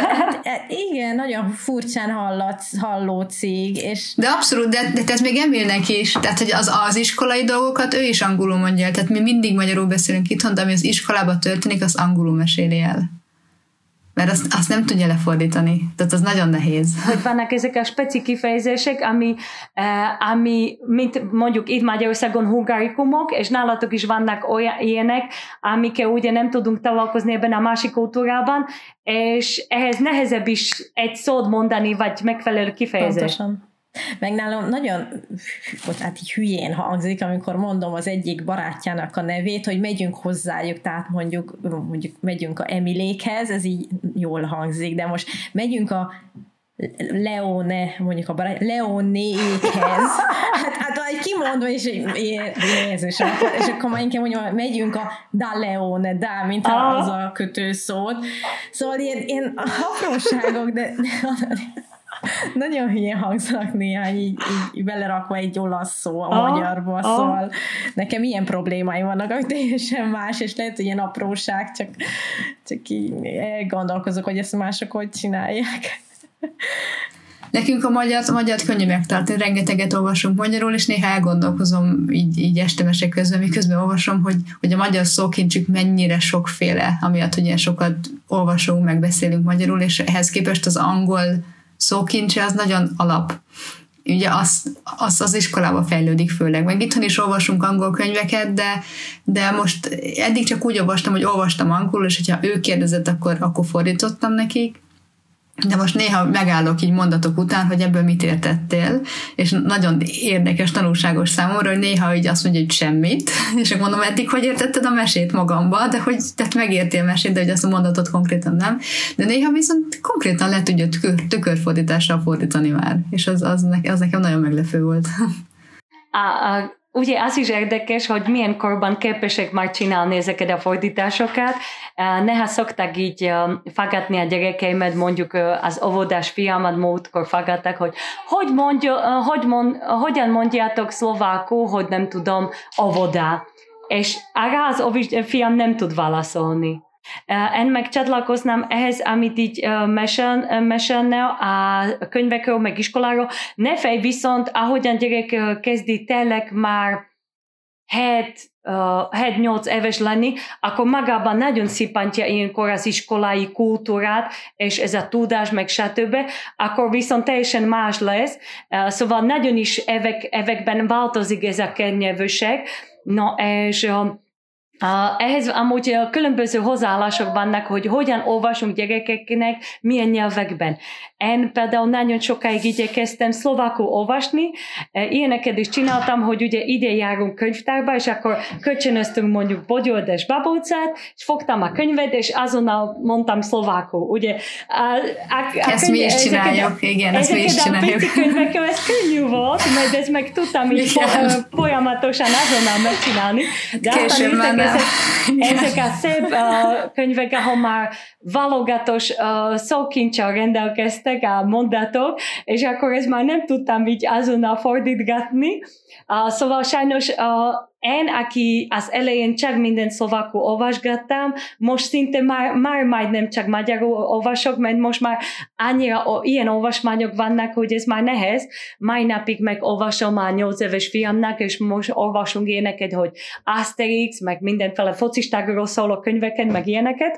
S2: Igen, nagyon furcsán hallatsz, hallócig. És...
S1: De abszolút, de, de ez még Emilnek is. Tehát, hogy az, az iskolai dolgokat ő is angolul mondja el. Tehát mi mindig magyarul beszélünk itthon, de ami az iskolában történik, az angolul meséli el. Mert azt, azt nem tudja lefordítani. Tehát az nagyon nehéz.
S5: Hogy vannak ezek a speci kifejezések, ami, eh, ami mint mondjuk itt Magyarországon hungarikumok, és nálatok is vannak olyan ilyenek, amikkel ugye nem tudunk találkozni ebben a másik kultúrában, és ehhez nehezebb is egy szót mondani, vagy megfelelő kifejezést.
S2: Pontosan. Meg nálam nagyon hát így hülyén hangzik, amikor mondom az egyik barátjának a nevét, hogy megyünk hozzájuk, tehát mondjuk, mondjuk megyünk a Emilékhez, ez így jól hangzik, de most megyünk a Leone, mondjuk a barát, Leonékhez, hát, hát kimondva, és Jézus, és akkor már inkább mondjam, megyünk a Da Leone, da, mint ah. az a kötőszót. Szóval ilyen, ilyen apróságok, de nagyon hülye hangzanak néha, így, így belerakva egy olasz szó a ah, magyarba, ah. Szóval nekem ilyen problémáim vannak, hogy teljesen más, és lehet, hogy ilyen apróság, csak, csak így gondolkozok, hogy ezt mások hogy csinálják.
S1: Nekünk a magyart, a magyart könnyű megtartani, rengeteget olvasunk magyarul, és néha elgondolkozom így, így estemesek közben, miközben olvasom, hogy, hogy a magyar szókincsük mennyire sokféle, amiatt, hogy ilyen sokat olvasunk, megbeszélünk magyarul, és ehhez képest az angol szókincse az nagyon alap. Ugye az, az, az iskolába fejlődik főleg. Meg itthon is olvasunk angol könyveket, de, de most eddig csak úgy olvastam, hogy olvastam angolul, és hogyha ő kérdezett, akkor, akkor fordítottam nekik. De most néha megállok így mondatok után, hogy ebből mit értettél, és nagyon érdekes, tanulságos számomra, hogy néha így azt mondja, hogy semmit, és akkor mondom, eddig hogy értetted a mesét magamba, de hogy tehát megértél mesét, de hogy azt a mondatot konkrétan nem. De néha viszont konkrétan le tudja tükör, tükörfordítással fordítani már, és az, az, ne, az nekem nagyon meglepő volt.
S5: A, a, ugye az is érdekes, hogy milyen korban képesek már csinálni ezeket a fordításokat. Néha szokták így faggatni a gyerekeimet, mondjuk az óvodás fiamat múltkor faggatták, hogy hogy mondja, hogy mond, hogyan mondjátok szlovákul, hogy nem tudom, óvoda. És arra az fiam nem tud válaszolni. Én meg csatlakoznám ehhez, amit így mesél, mesélne a könyvekről, meg iskoláról. Ne félj viszont, ahogyan gyerek kezdi tényleg már hét-nyolc éves lenni, akkor magában nagyon szippantja ilyenkor az iskolai kultúrát, és ez a tudás, meg stb. Akkor viszont teljesen más lesz. Szóval nagyon is évek, években változik ez a kernyelvűség. No, és Uh, ehhez amúgy uh, különböző hozzáállások vannak, hogy hogyan olvasunk gyerekeknek, milyen nyelvekben. Én például nagyon sokáig igyekeztem szlovákul olvasni, uh, ilyeneket is csináltam, hogy ugye ide járunk könyvtárba, és akkor kölcsönöztünk mondjuk Bogyód és Babócát, és fogtam a könyvet, és azonnal mondtam szlovákul. Ugye, a, a, a
S1: ezt könyv, mi is csináljuk, a, igen, ezt mi is csináljuk.
S5: Ezeket a pici könyvekkel ez könnyű volt, mert ezt meg tudtam így folyamatosan azonnal megcsinálni. De aztán ezek, ezek a szép uh, könyvek, ahol már válogatós uh, szókincsal rendelkeztek a mondatok, és akkor ezt már nem tudtam így azonnal fordítgatni. Uh, szóval sajnos uh, én, aki az elején csak minden szlovákul olvasgattam, most szinte már, már majdnem csak magyarul olvasok, mert most már annyira ilyen olvasmányok vannak, hogy ez már nehéz. Mai napig meg olvasom már nyolc éves fiamnak, és most olvasunk ilyeneket, hogy Asterix, meg mindenféle focistákról szóló könyveket, meg ilyeneket.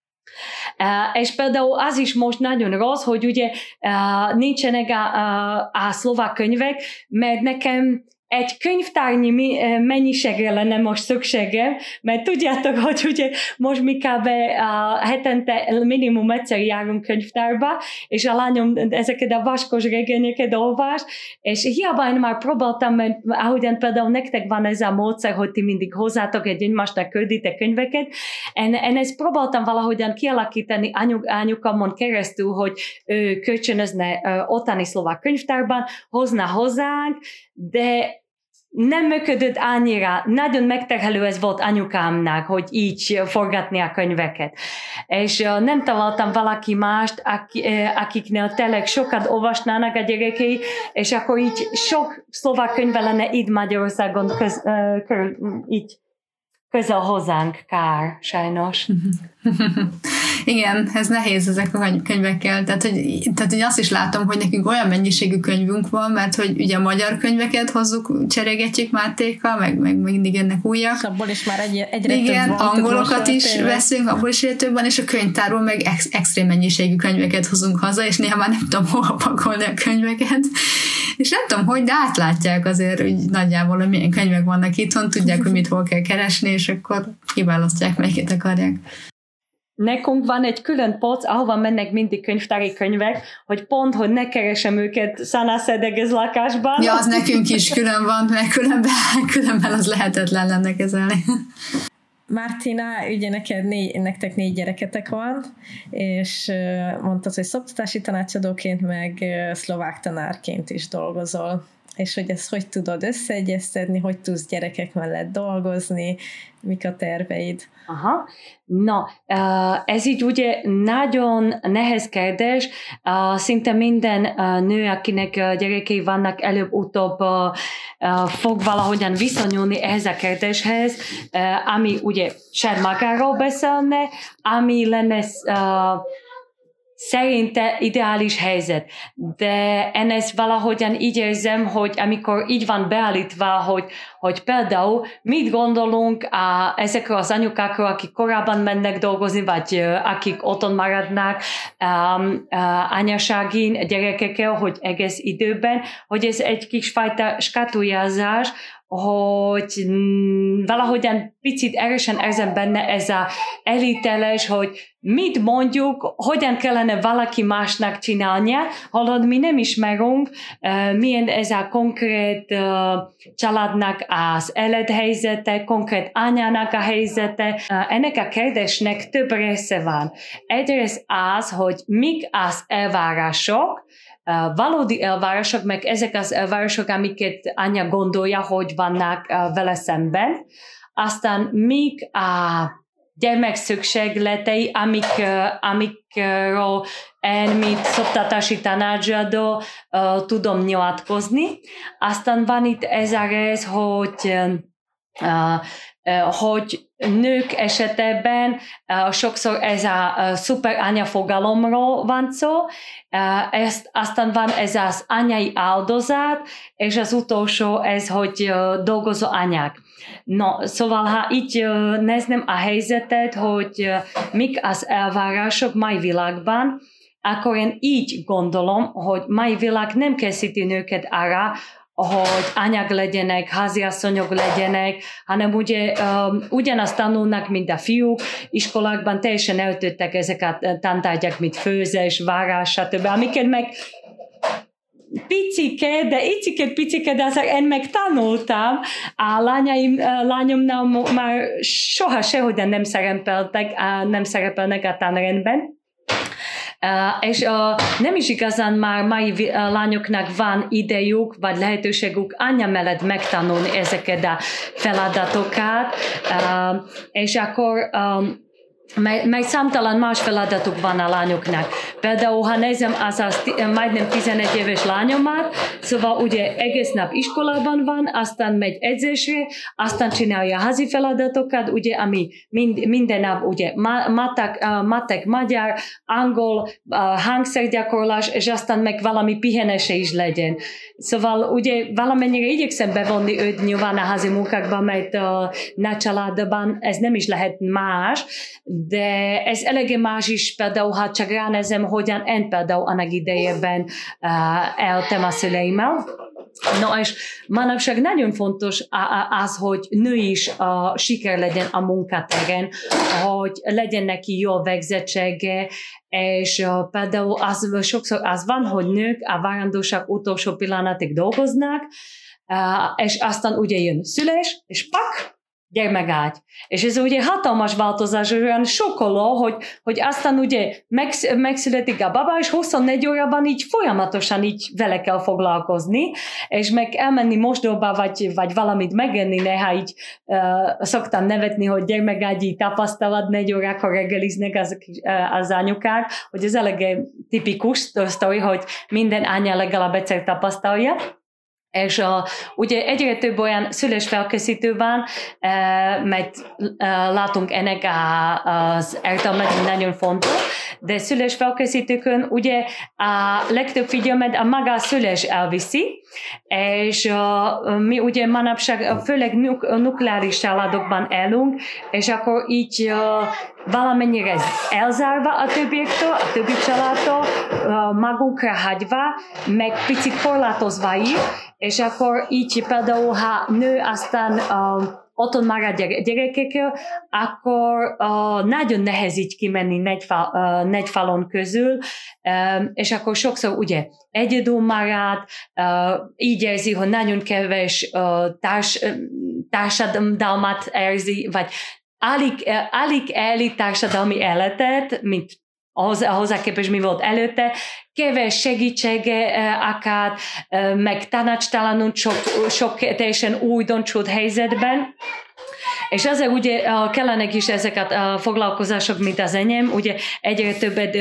S5: Uh, és például az is most nagyon rossz, hogy ugye uh, nincsenek a, a, a szlovák könyvek, mert nekem egy könyvtárnyi mennyiségre lenne most szükségem, mert tudjátok, hogy ugye most mi kb. Uh, hetente minimum egyszer járunk könyvtárba, és a lányom ezeket a vaskos regényeket olvas, és hiába én már próbáltam, mert ahogyan például nektek van ez a módszer, hogy ti mindig hozzátok egy egymásnak külditek könyveket, én, én ezt próbáltam valahogyan kialakítani anyuk, anyukamon keresztül, hogy ő kölcsönözne uh, ottani szlovák könyvtárban, hozna hozzánk, de nem működött annyira, nagyon megterhelő ez volt anyukámnak, hogy így forgatni a könyveket. És uh, nem találtam valaki mást, aki, uh, akiknél tényleg sokat olvasnának a gyerekei, és akkor így sok szlovák könyve lenne itt Magyarországon köz, uh, körül, így közel hozzánk, kár, sajnos.
S1: Igen, ez nehéz ezek a könyvekkel, tehát hogy, tehát hogy azt is látom, hogy nekünk olyan mennyiségű könyvünk van, mert hogy ugye magyar könyveket hozzuk, cserégetjük Mátékkal, meg, meg mindig ennek újak. És
S2: abból is már egy, egyre
S1: igen,
S2: több van.
S1: angolokat is tényleg veszünk, abból is egyre több van, és a könyvtárból meg ex, extrém mennyiségű könyveket hozunk haza, és néha már nem tudom hova pakolni a könyveket. És nem tudom, hogy, de átlátják azért, hogy nagyjából, hogy milyen könyvek vannak itthon, tudják, hogy mit hol kell keresni, és akkor kiválasztják, melyiket akarják.
S5: Nekünk van egy külön polc, ahova mennek mindig könyvtári könyvek, hogy pont, hogy ne keresem őket szanaszedegez lakásban.
S1: Ja, az nekünk is külön van, mert különben, különben az lehetetlen lenne kezelni.
S2: Martina, ugye neked négy, nektek négy gyereketek van, és mondtad, hogy szoktatási tanácsadóként, meg szlovák tanárként is dolgozol. És hogy ezt hogy tudod összeegyeztetni, hogy tudsz gyerekek mellett dolgozni, mik a terveid?
S5: Aha. Na, ez így ugye nagyon nehéz kérdés. Szinte minden nő, akinek gyerekei vannak, előbb-utóbb fog valahogyan viszonyulni ehhez a kérdéshez, ami ugye se magáról beszélne, ami lenne szerinte ideális helyzet. De én ezt valahogyan így érzem, hogy amikor így van beállítva, hogy, hogy például mit gondolunk a, ezekről az anyukákról, akik korábban mennek dolgozni, vagy uh, akik otthon maradnak um, uh, anyasági gyerekekkel, hogy egész időben, hogy ez egy kis fajta skatuljázás, hogy mm, valahogyan picit erősen érzem benne ez a elítélés, hogy mit mondjuk, hogyan kellene valaki másnak csinálnia, holott mi nem ismerünk, uh, milyen ez a konkrét uh, családnak az élethelyzete, konkrét anyának a helyzete. Uh, ennek a kérdésnek több része van. Egyrészt az, hogy mik az elvárások, valódi elvárások, meg ezek az elvárások, amiket anya gondolja, hogy vannak vele szemben. Aztán még a gyermek szükségletei, amik, amikről én, mint szoptatási tanácsadó uh, tudom nyilatkozni. Aztán van itt ez a rész, hogy, uh, uh, hogy nők esetében uh, sokszor ez a uh, szuper anya fogalomról van szó, uh, ezt, aztán van ez az anyai áldozat, és az utolsó ez, hogy uh, dolgozó anyák. No, szóval, ha így uh, nézném a helyzetet, hogy uh, mik az elvárások mai világban, akkor én így gondolom, hogy mai világ nem készíti nőket arra, hogy anyák legyenek, háziasszonyok legyenek, hanem ugye um, ugyanazt tanulnak, mint a fiúk, iskolákban teljesen eltűntek ezek a tantárgyak, mint főzés, varrás, stb. Amiket meg picike, de icike, picike, de azért én megtanultam. A lányaim, a lányomnál már soha sehogy nem szerepeltek, nem szerepelnek a tanrendben. Uh, és uh, nem is igazán már mai uh, lányoknak van idejük, vagy lehetőségük anya mellett megtanulni ezeket a feladatokat, uh, és akkor um, Mely, mely számtalan más feladatuk van a lányoknak. Például, ha nézem az a majdnem tizenegy éves lányomat, szóval ugye egész nap iskolában van, aztán megy edzésre, aztán csinálja házi feladatokat, ugye, ami mind, minden nap ugye matek, matek, magyar, angol, hangszergyakorlás, és aztán meg valami pihenése is legyen. Szóval ugye valamennyire igyekszem bevonni őt nyilván a házi munkákban, mert a nagy családban ez nem is lehet más, de ez eléggé más is, például, ha csak ránézem, hogyan én például annak idejében uh, éltem a szüleimmel. No, és manapság nagyon fontos az, hogy nő is a siker legyen a munkatéren, hogy legyen neki jó végzettsége, és uh, például az, sokszor az van, hogy nők a várandóság utolsó pillanatig dolgoznak, uh, és aztán ugye jön szülés, és pak, gyermekágy. És ez ugye hatalmas változás, olyan sokkoló, hogy, hogy aztán ugye megsz, megszületik a baba, és huszonnégy órában így folyamatosan így vele kell foglalkozni, és meg elmenni mosdóba, vagy, vagy valamit megenni, néha így uh, szoktam nevetni, hogy gyermekágyi tapasztalat, négy órákor reggeliznek az, uh, az anyukák, hogy ez eléggé tipikus sztori, hogy minden anya legalább egyszer tapasztalja. És uh, ugye egyre több olyan szülésfelkészítő van, uh, mert uh, látunk ennek a, az értelmet, nagyon fontos, de szülésfelkészítőkön ugye a legtöbb figyelmet a maga a szülés elviszi, és uh, mi ugye manapság főleg nuk- nukleáris családokban élünk, és akkor így uh, valamennyire elzárva a többiektől, a többi családtól, uh, magunkra hagyva, meg picit korlátozva is, és akkor így például, ha nő aztán uh, otthon marad gyerekekkel, akkor uh, nagyon nehéz így kimenni négy, fal, uh, négy falon közül, um, és akkor sokszor ugye egyedül marad, uh, így érzi, hogy nagyon kevés uh, társ, társadalmat érzi, vagy alig, uh, alig éli társadalmi életet, mint ahhoz, ahhoz képest mi volt előtte, kevés segítsége akár, meg tanácstalanul sok, sok teljesen újdoncsult helyzetben. És azért ugye kellenek is ezeket a foglalkozások, mint az enyém, ugye egyre többet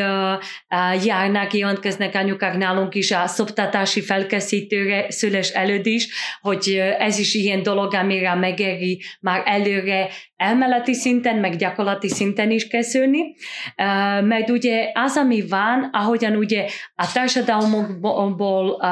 S5: járnak, jelentkeznek anyukák nálunk is a szoptatási felkészítőre szülés előtt is, hogy ez is ilyen dolog, amire megéri már előre elméleti szinten, meg gyakorlati szinten is készülni. Mert ugye az, ami van, ahogyan ugye a társadalmunkból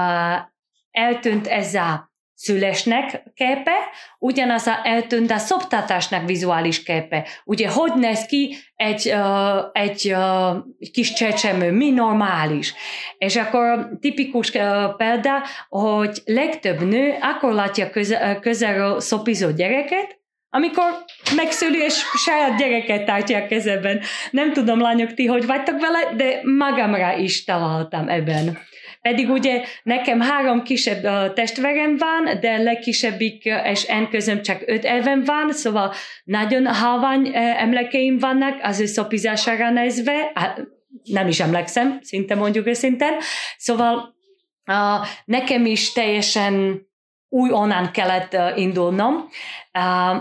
S5: eltűnt ez a szülésnek képe, ugyanaz a eltűnt a szoptatásnak vizuális képe. Ugye, hogy néz ki egy, uh, egy uh, kis csecsemő, mi normális. És akkor tipikus uh, példa, hogy legtöbb nő akkor látja köze- közelről szopizó gyereket, amikor megszüli, és saját gyereket tartja a kezében. Nem tudom, lányok, ti hogy vagytok vele, de magamra is találtam ebben. Pedig ugye nekem három kisebb uh, testvérem van, de legkisebbik uh, és én közöm csak öt éven van, szóval nagyon halvány uh, emlékeim vannak az ő szopizására nézve, hát, nem is emlékszem, szinte mondjuk őszintén. Szóval uh, nekem is teljesen újonnan kellett uh, indulnom. Uh,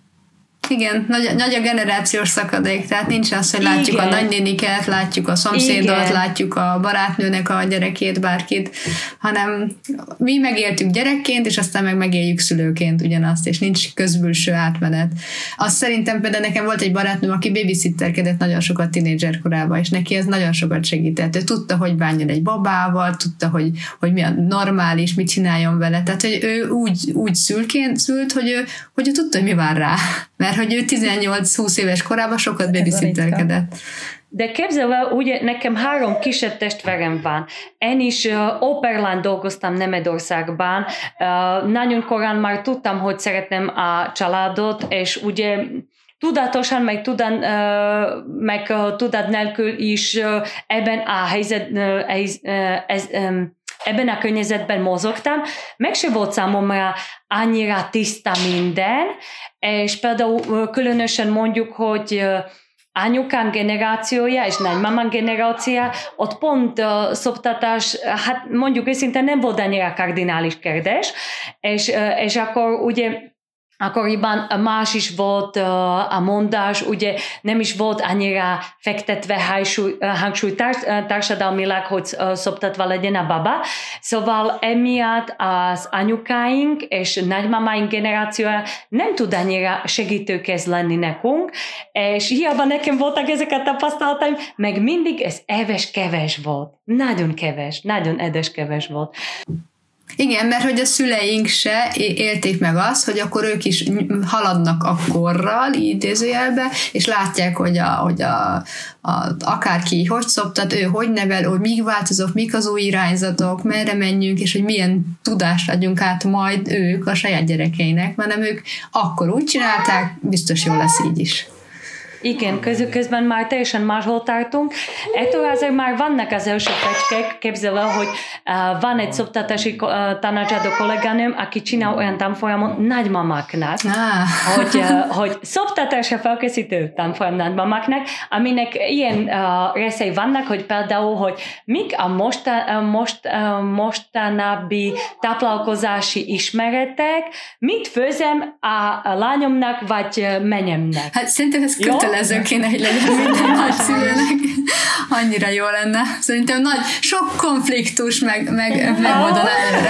S1: Igen, nagy, nagy a generációs szakadék, tehát nincs az, hogy látjuk Igen. a nagynéniket, látjuk a szomszédot, Igen. látjuk a barátnőnek a gyerekét, bárkit, hanem mi megéltük gyerekként, és aztán meg megéljük szülőként ugyanazt, és nincs közbülső átmenet. Azt szerintem például nekem volt egy barátnőm, aki babysitterkedett nagyon sokat tínédzser korában, és neki ez nagyon sokat segített. Ő tudta, hogy bánjon egy babával, tudta, hogy, hogy mi a normális, mit csináljon vele. Tehát, hogy ő úgy, úgy szülként szült, hogy ő, hogy ő tudta, hogy mi vár rá. Mert hogy ő tizennyolc-húsz éves korában sokat babysitterkedett.
S5: De képzelve, ugye nekem három kisebb testvérem van. Én is uh, operlán dolgoztam Németországban. Uh, nagyon korán már tudtam, hogy szeretem a családot, és ugye tudatosan, meg, tudan, uh, meg uh, tudat nélkül is uh, ebben a helyzet, uh, ez, uh, ez, um, ebben a környezetben mozogtam, meg se volt számomra annyira tiszta minden, és például különösen mondjuk, hogy anyukám generációja és nagymamám generációja, ott pont a szoptatás, hát mondjuk őszintén nem volt annyira kardinális kérdés, és, és akkor ugye akkoriban más is volt uh, a mondás, ugye nem is volt annyira fektetve hangsúly, hangsúly társ, társadalmilag, hogy uh, szoptatva legyen a baba. Szóval emiatt az anyukáink és nagymamáink generációja nem tud annyira segítőkész lenni nekünk, és hiába nekem voltak ezek a tapasztalataim, meg mindig ez éves keves volt. Nagyon keves, nagyon édes keves volt.
S1: Igen, mert hogy a szüleink se élték meg azt, hogy akkor ők is haladnak a korral, idézőjelbe, és látják, hogy, a, hogy a, a, akárki hogy szoptat, ő hogy nevel, hogy mik változok, mik az új irányzatok, merre menjünk, és hogy milyen tudást adjunk át majd ők a saját gyerekeinek, mert nem ők akkor úgy csinálták, biztos jó lesz így is.
S5: Igen, közben már teljesen máshol tartunk. Ettől azért már vannak az első fecskek, képzelve, hogy uh, van egy szoptatási uh, tanácsadó kolléganőm, aki csinál olyan tanfolyamot nagymamáknak, ah. hogy, uh, hogy szoptatásra felkészítő tanfolyam nagymamáknak, aminek ilyen uh, részei vannak, hogy például, hogy mik a mosta, uh, most, uh, mostanabbi táplálkozási ismeretek, mit főzem a, a lányomnak vagy menyemnek.
S1: Hát szerintem ez kötelező. Ezzel kéne, hogy legyen minden nagyszülőnek. Annyira jó lenne. Szerintem nagy, sok konfliktus meg, meg megoldaná előre.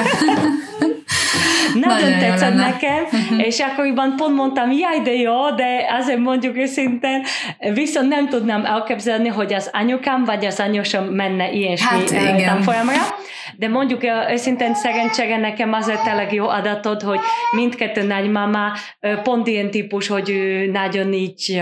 S5: Nagyon tetszett nekem, uh-huh. és akkoriban pont mondtam, jaj, de jó, de azért mondjuk őszintén, viszont nem tudnám elképzelni, hogy az anyukám vagy az anyósom menne ilyesmi hát, tanfolyamra. De mondjuk őszintén szerencsére nekem azért tényleg jó adatot, hogy mindkettő nagymama pont ilyen típus, hogy ő nagyon így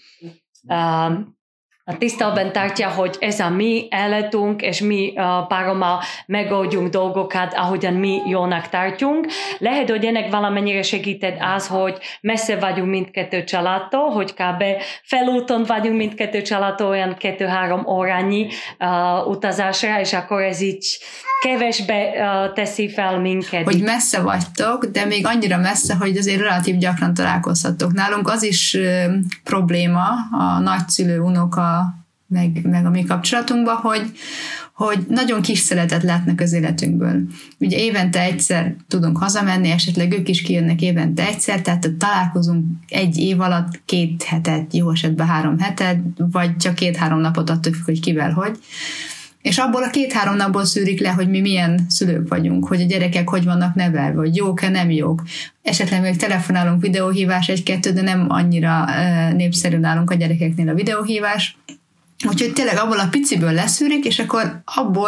S5: uh, a tisztelben tartja, hogy ez a mi életünk, és mi uh, párommal megoldjunk dolgokat, ahogyan mi jónak tartjunk. Lehet, hogy ennek valamennyire segített az, hogy messze vagyunk mindkettő családtól, hogy kb. Felúton vagyunk mindkettő családtól, olyan kettő-három órányi uh, utazásra, és akkor ez így kevésbé uh, teszi fel minket.
S1: Hogy messze vagytok, de még annyira messze, hogy azért relatív gyakran találkozhattok. Nálunk az is uh, probléma, a nagyszülő, unoka, meg, meg a mi kapcsolatunkban, hogy, hogy nagyon kis szeretet látnak az életünkből. Ugye évente egyszer tudunk hazamenni, esetleg ők is kijönnek évente egyszer, tehát találkozunk egy év alatt két hetet, jó esetben három hetet, vagy csak két-három napot attól függ, hogy kivel hogy. És abból a két-három napból szűrik le, hogy mi milyen szülők vagyunk, hogy a gyerekek hogy vannak nevelve, hogy jók-e, nem jók. Esetleg még telefonálunk, videóhívás egy-kettő, de nem annyira e, népszerű nálunk a gyerekeknél a videóhívás. Úgyhogy tényleg abból a piciből leszűrik, és akkor abból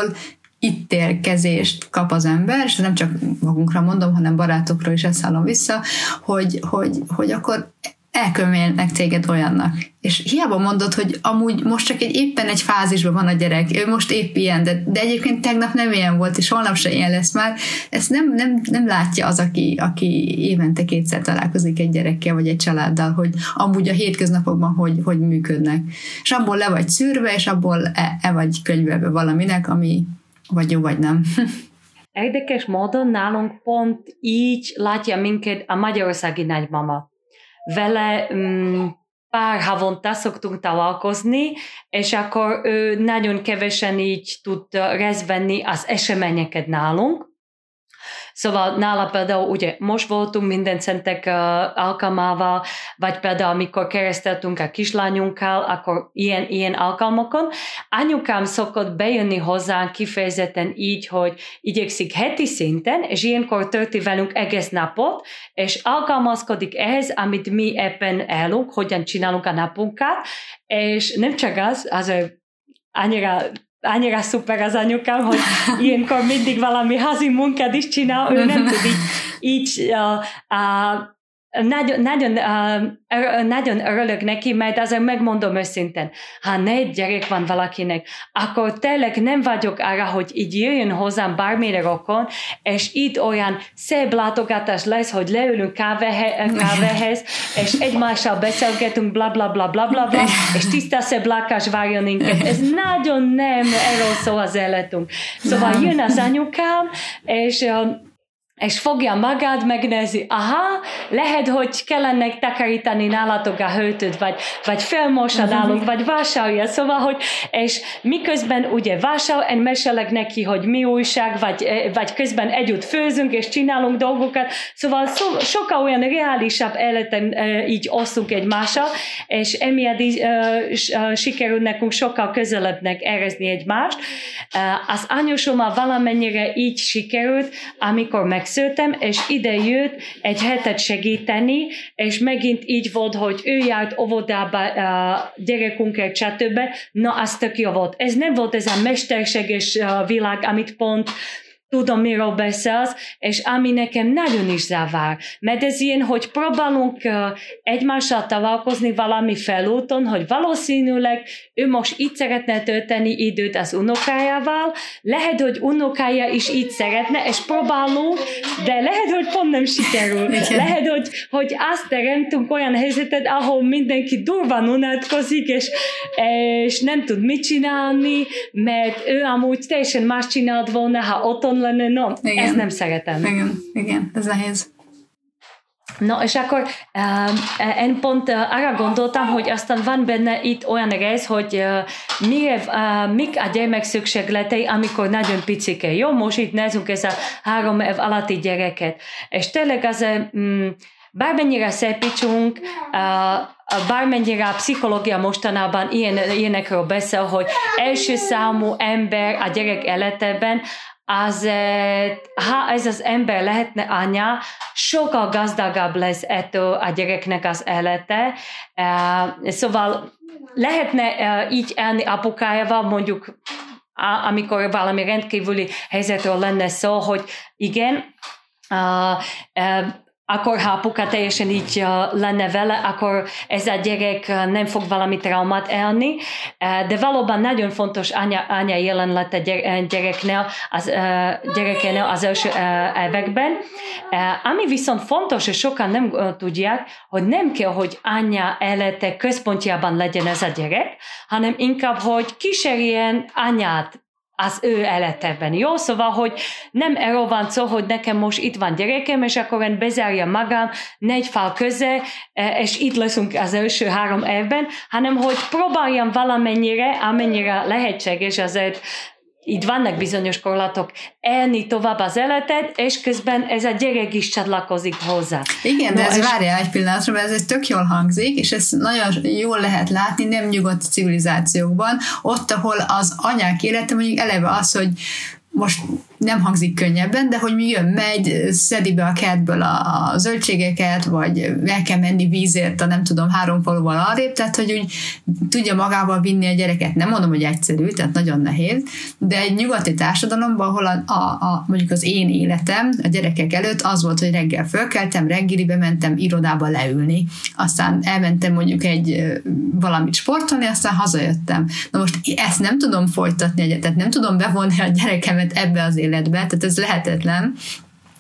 S1: ítélkezést kap az ember, és nem csak magunkra mondom, hanem barátokra is ezt hallom vissza, hogy, hogy, hogy akkor elkömmélnek téged olyannak. És hiába mondod, hogy amúgy most csak egy, éppen egy fázisban van a gyerek, ő most épp ilyen, de, de egyébként tegnap nem ilyen volt, és holnap se ilyen lesz már. Ezt nem, nem, nem látja az, aki, aki évente kétszer találkozik egy gyerekkel, vagy egy családdal, hogy amúgy a hétköznapokban hogy, hogy működnek. És abból le vagy szűrve, és abból e, e vagy könyvelve valaminek, ami vagy jó, vagy nem.
S5: Érdekes módon nálunk pont így látja minket a magyarországi nagymama. Vele um, pár havonta szoktunk találkozni, és akkor ő nagyon kevesen így tud részt venni az eseményeket nálunk. Szóval nála például ugye most voltunk minden szentek uh, alkalmával, vagy például amikor kereszteltünk a kislányunkkal, akkor ilyen, ilyen alkalmakon. Anyukám szokott bejönni hozzánk kifejezetten így, hogy igyekszik heti szinten, és ilyenkor tölti velünk egész napot, és alkalmazkodik ehhez, amit mi ebben állunk, hogyan csinálunk a napunkat, és nem csak az, azért annyira annyira szuper az anyukám, hogy ilyenkor mindig valami hazi munkát is csinál, ő nem tud így, így uh, uh, nagyon, nagyon, uh, nagyon örülök neki, mert azért megmondom őszintén, ha négy gyerek van valakinek, akkor tényleg nem vagyok arra, hogy így jöjjön hozzám bármire rokon, és itt olyan szép látogatás lesz, hogy leülünk kávéhe, kávéhez, és egymással beszélgetünk, bla bla bla bla bla, bla és tiszta szép lakás várjon minket. Ez nagyon nem erről szól az életünk. Szóval jön az anyukám, és uh, és fogja magát, megnézi, aha, lehet, hogy kellene takarítani nálatok a hőtöt, vagy, vagy felmosa nálunk, vagy vásárolja, szóval, hogy, és miközben ugye vásárol, én mesélek neki, hogy mi újság, vagy, vagy közben együtt főzünk, és csinálunk dolgokat, szóval szó, sokkal olyan reálisabb életen e, így osztunk egymással, és emiatt is, e, sikerül nekünk sokkal közelebbnek érezni egymást. E, az anyósommal valamennyire így sikerült, amikor meg szültem, és ide jött egy hetet segíteni, és megint így volt, hogy ő járt óvodába a gyerekünkért, stb. Na, az tök jó volt. Ez nem volt ez a mesterséges világ, amit pont tudom, miről beszélsz, és ami nekem nagyon is zavar. Mert ez ilyen, hogy próbálunk uh, egymással találkozni valami felúton, hogy valószínűleg ő most így szeretne tölteni időt az unokájával, lehet, hogy unokája is így szeretne, és próbálunk, de lehet, hogy pont nem sikerül. Lehet, hogy, hogy azt teremtünk olyan helyzetet, ahol mindenki durván unatkozik, és, és nem tud mit csinálni, mert ő amúgy teljesen más csinált volna, ha otthon lenne, no, igen. Ezt nem szeretem.
S1: Igen, igen, ez nehéz.
S5: No, és akkor uh, én pont uh, arra gondoltam, hogy aztán van benne itt olyan rész, hogy uh, mire, uh, mik a gyermek szükségletei, amikor nagyon picike. Jó, most itt nézzünk ez a három év alatti gyereket. És tényleg az, um, bármennyire szépítsünk, uh, bármennyire a pszichológia mostanában ilyen, ilyenekről beszél, hogy első számú ember a gyerek életében, azért, ha ez az ember lehetne anya, sokkal gazdagabb lesz ettől a gyereknek az élete. Uh, szóval lehetne uh, így élni apukájával, mondjuk amikor valami rendkívüli helyzetről lenne szó, hogy igen, uh, uh, akkor ha apuka teljesen így uh, lenne vele, akkor ez a gyerek uh, nem fog valami traumát élni, uh, de valóban nagyon fontos anya, anya jelenlet a gyereknél, az, uh, gyerekénél az első uh, években. Uh, ami viszont fontos, és sokan nem uh, tudják, hogy nem kell, hogy anya élete központjában legyen ez a gyerek, hanem inkább, hogy kísérjen anyát az ő életében, jó? Szóval, hogy nem erről van szó, hogy nekem most itt van gyerekem, és akkor én bezárja magam négy fal közé, és itt leszünk az első három évben, hanem hogy próbáljam valamennyire, amennyire lehetséges, azért itt vannak bizonyos korlátok, élni tovább az életet, és közben ez a gyerek is csatlakozik hozzá.
S1: Igen, de
S5: no,
S1: ez
S5: és...
S1: várjál egy pillanatra, mert ez tök jól hangzik, és ezt nagyon jól lehet látni nem nyugodt civilizációkban, ott, ahol az anyák élete mondjuk eleve az, hogy most nem hangzik könnyebben, de hogy mi jön, megy, szedi be a kertből a, a zöldségeket, vagy el kell menni vízért a nem tudom, három faluval arrébb, tehát hogy úgy tudja magával vinni a gyereket. Nem mondom, hogy egyszerű, tehát nagyon nehéz, de egy nyugati társadalomban, ahol a, a, a, mondjuk az én életem a gyerekek előtt az volt, hogy reggel fölkeltem, reggelibe mentem irodába leülni, aztán elmentem mondjuk egy valamit sportolni, aztán hazajöttem. Na most ezt nem tudom folytatni, tehát nem tudom bevonni a gyerekemet ebbe az életbe, tehát ez lehetetlen,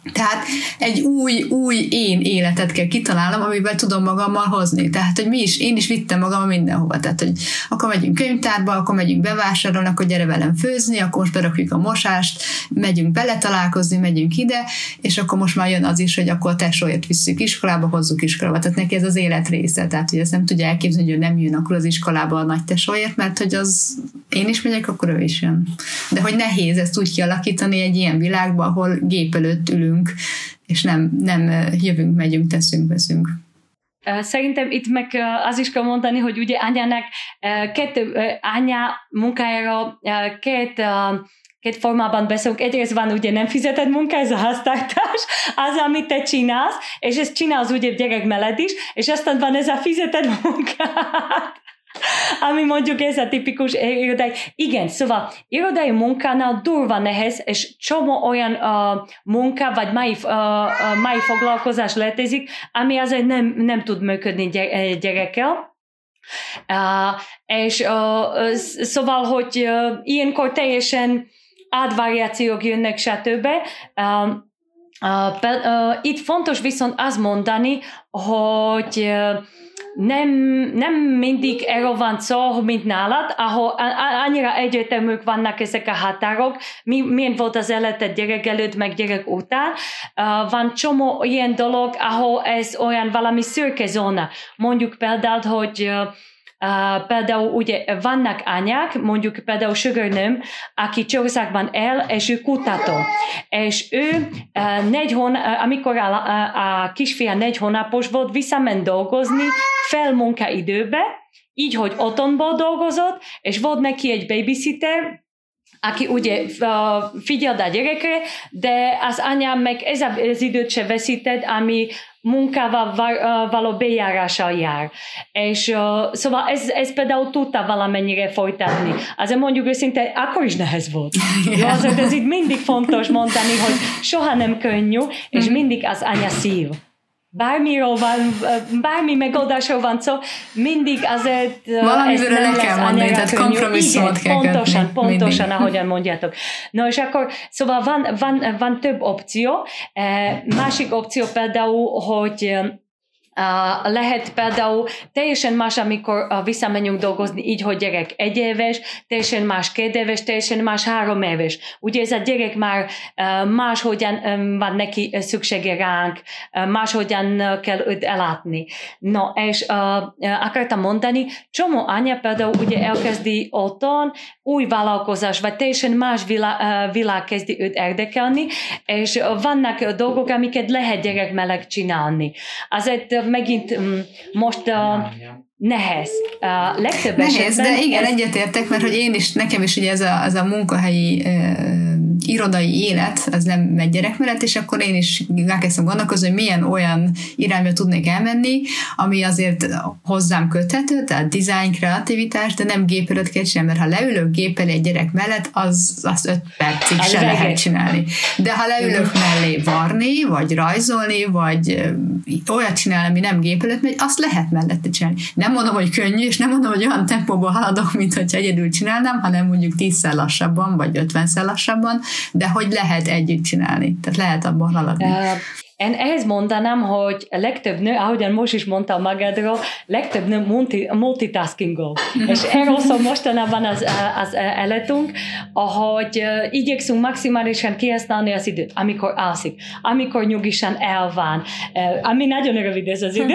S1: Tehát egy új, új én életet kell kitalálnom, amiben tudom magammal hozni. Tehát, hogy mi is, én is vittem magam mindenhova. Tehát, hogy akkor megyünk könyvtárba, akkor megyünk bevásárolni, akkor gyere velem főzni, akkor most berakjuk a mosást, megyünk beletalálkozni, megyünk ide, és akkor most már jön az is, hogy akkor a tesóért visszük iskolába, hozzuk iskolába. Tehát neki ez az élet része. Tehát, hogy ezt nem tudja elképzelni, hogy ő nem jön akkor az iskolába a nagy tesóért, mert hogy az én is megyek, akkor ő is jön. De hogy nehéz ezt úgy kialakítani egy ilyen világban, ahol gép előtt ülünk, és nem, nem jövünk, megyünk, teszünk, veszünk.
S5: Szerintem itt meg az is kell mondani, hogy ugye anyának két anya munkájára két két formában beszélünk. Egyrészt van ugye nem fizetett munka, ez a háztartás, az, amit te csinálsz, és ezt csinálsz ugye gyerek mellett is, és aztán van ez a fizetett munka. Ami mondjuk ez a tipikus irodai. Igen, szóval irodai munkánál durva nehéz, és csomó olyan uh, munka, vagy mai, uh, uh, mai foglalkozás létezik, ami azért nem, nem tud működni gyerekkel. Uh, és uh, szóval, hogy uh, ilyenkor teljesen átvariációk jönnek, stb. Uh, uh, uh, itt fontos viszont azt mondani, hogy uh, Nem, nem mindig erről van szó, mint nálad, ahol annyira egyértelműek vannak ezek a határok, mi, milyen volt az életed gyerek előtt, meg gyerek után. Uh, van csomó ilyen dolog, ahol ez olyan valami szürke zóna. Mondjuk például, hogy uh, Uh, például ugye vannak anyák, mondjuk például Sugarnőm, aki Csországban él, és ő kutató. És ő uh, négy hónap, uh, amikor a, a, a kisfia négy hónapos volt, visszament dolgozni fel munkaidőbe, így, hogy otthonból dolgozott, és volt neki egy babysitter, aki ugye uh, figyelt a gyerekre, de az anyám meg ez az időt se veszített, ami munkával való bejárással jár. És uh, szóval ez, ez például tudta valamennyire folytatni. Azért mondjuk őszintén, akkor is nehéz volt. Jó, azért ez itt mindig fontos mondani, hogy soha nem könnyű, és mindig az anya szív. Bármiről van, bármi megoldásról van szó, mindig azért
S1: valamiről le kell mondani, tehát kompromisszumot kell kötni.
S5: Pontosan, pontosan, ahogyan mondjátok. No, és akkor, szóval van, van, van több opció. Másik opció például, hogy Uh, lehet például teljesen más, amikor uh, visszamenjünk dolgozni így, hogy gyerek egy éves, teljesen más két éves, teljesen más három éves. Ugye ez a gyerek már uh, máshogyan um, van neki szüksége ránk, uh, máshogyan uh, kell őt ellátni. No, és uh, uh, akartam mondani, csomó anya például ugye elkezdi otthon új vállalkozás, vagy teljesen más világ, uh, világ kezdi őt érdekelni, és uh, vannak uh, dolgok, amiket lehet gyerek mellett csinálni. Azért uh, megint um, most uh, nehéz. Uh, legtöbb
S1: nehéz,
S5: esetben
S1: de igen,
S5: ez...
S1: egyetértek, mert hogy én is, nekem is ugye ez a, ez a munkahelyi uh, irodai élet, az nem megy gyerek mellett, és akkor én is elkezdtem gondolkozni, hogy milyen olyan irányba tudnék elmenni, ami azért hozzám köthető, tehát design, kreativitás, de nem gép előtt kell csinálni, mert ha leülök gép elé egy gyerek mellett, az, az öt percig az se veget. Lehet csinálni. De ha leülök mellé varni, vagy rajzolni, vagy olyat csinálni, ami nem gép előtt megy, azt lehet mellette csinálni. Nem mondom, hogy könnyű, és nem mondom, hogy olyan tempóban haladok, mint hogyha egyedül csinálnám, hanem mondjuk tízszer lassabban, vagy ötvenszer lassabban, de hogy lehet együtt csinálni. Tehát lehet abban haladni. Uh,
S5: én ehhez mondanám, hogy a legtöbb nő, ahogyan most is mondta magadról, legtöbb nő multi, multitaskingol. És erről szól mostanában az, az életünk, ahogy uh, igyekszünk maximálisan kihasználni az időt, amikor alszik, amikor nyugisan el van, uh, ami nagyon rövid ez az idő,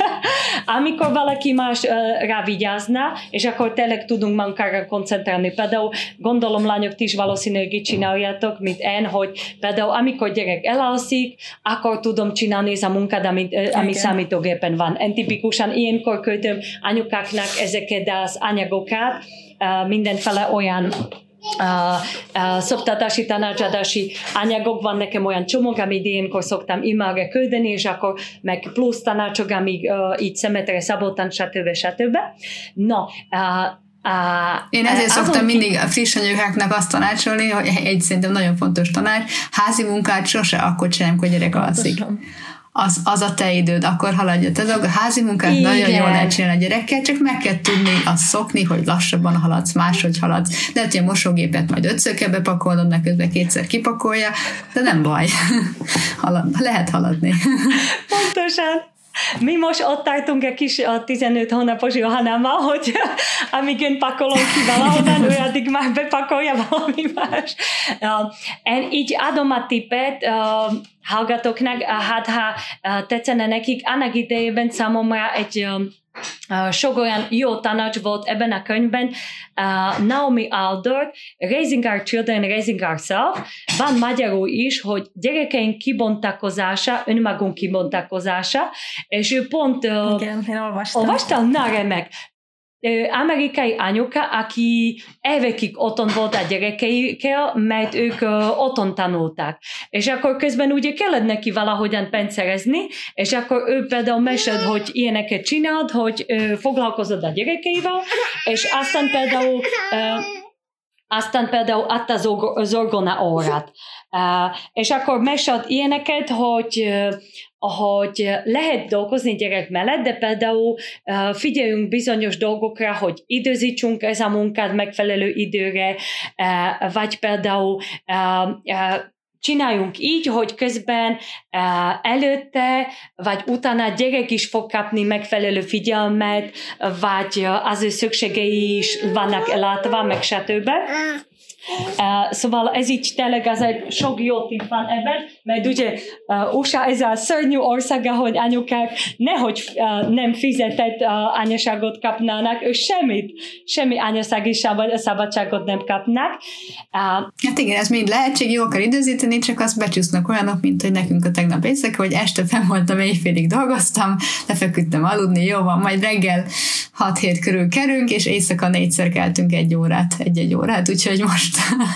S5: amikor valaki más uh, rávigyázna, és akkor tényleg tudunk munkára koncentrálni. Például gondolom, lányok, ti is valószínűleg így csináljátok, mint én, hogy például amikor gyerek elalszik, akkor tudom csinálni ez a munkát, ami, ami számítógépen van. Én tipikusan ilyenkor kötöm anyukáknak ezeket az anyagokat, uh, mindenféle olyan Uh, uh, szoktatási, tanácsadási anyagok van, nekem olyan csomag, amit ilyenkor szoktam e-mailre küldeni, és akkor meg plusz tanácsok, amíg uh, így szemetre szabottan, stb. stb. No, uh,
S1: Uh, Én ezért szoktam ki... mindig a friss anyukáknak azt tanácsolni, hogy egy szerintem nagyon fontos tanács, házi munkát sose akkor csinálunk, hogy gyerek alszik. az, az a te időd, akkor haladj a te dolog. A házi munkát igen. nagyon jól lehet csinálni a gyerekkel, csak meg kell tudni azt szokni, hogy lassabban haladsz, máshogy haladsz. De hát, hogy a mosógépet majd ötször kell bepakolnod, meg közben kétszer kipakolja, de nem baj. Halad, lehet haladni.
S5: Pontosan. Mi most ott tartunk egy kis a tizenöt hónapos Johannámmal, hogy amíg én pakolom ki valahonnan, ő addig már bepakolja valami más. Én így adom a tippet hallgatóknak, hát ha tetszene nekik, annak idejében számomra egy Uh, sok olyan jó tanács volt ebben a könyvben. uh, Naomi Alder, Raising Our Children, Raising Ourselves, van magyarul is, hogy gyerekeink kibontakozása, önmagunk kibontakozása, és ő pont uh,
S2: igen, én olvastam.
S5: olvastam, na remek. Amerikai anyuka, aki évekig otthon volt a gyerekeikkel, mert ők uh, otthon tanulták. És akkor közben ugye kellett neki valahogyan pénzszerezni, és akkor ő például mesélt, hogy ilyeneket csinált, hogy uh, foglalkozott a gyerekeivel, és aztán például uh, aztán például adta az orgona órát. Uh, és akkor mesélt ilyeneket, hogy uh, hogy lehet dolgozni gyerek mellett, de például uh, figyeljünk bizonyos dolgokra, hogy időzítsünk ez a munkát megfelelő időre, uh, vagy például uh, uh, csináljunk így, hogy közben uh, előtte, vagy utána a gyerek is fog kapni megfelelő figyelmet, vagy uh, az ő szükségei is vannak ellátva, meg stb. Uh, szóval ez így tényleg az egy sok jó tipp van ebben, mert ugye uh, u es á ez a szörnyű ország, hogy anyukák nehogy uh, nem fizetett uh, anyaságot kapnának, ők semmit, semmi anyasági szabadságot nem kapnak. Uh,
S1: hát igen, ez mind lehetség, jó akar időzíteni, csak azt becsúsznak olyanok, mint hogy nekünk a tegnap éjszaka, hogy este fenn voltam, éjfélig dolgoztam, lefeküdtem aludni, jó van, majd reggel hat-hét körül kerünk, és éjszaka négyszer keltünk egy órát, egy-egy órát, úgyhogy most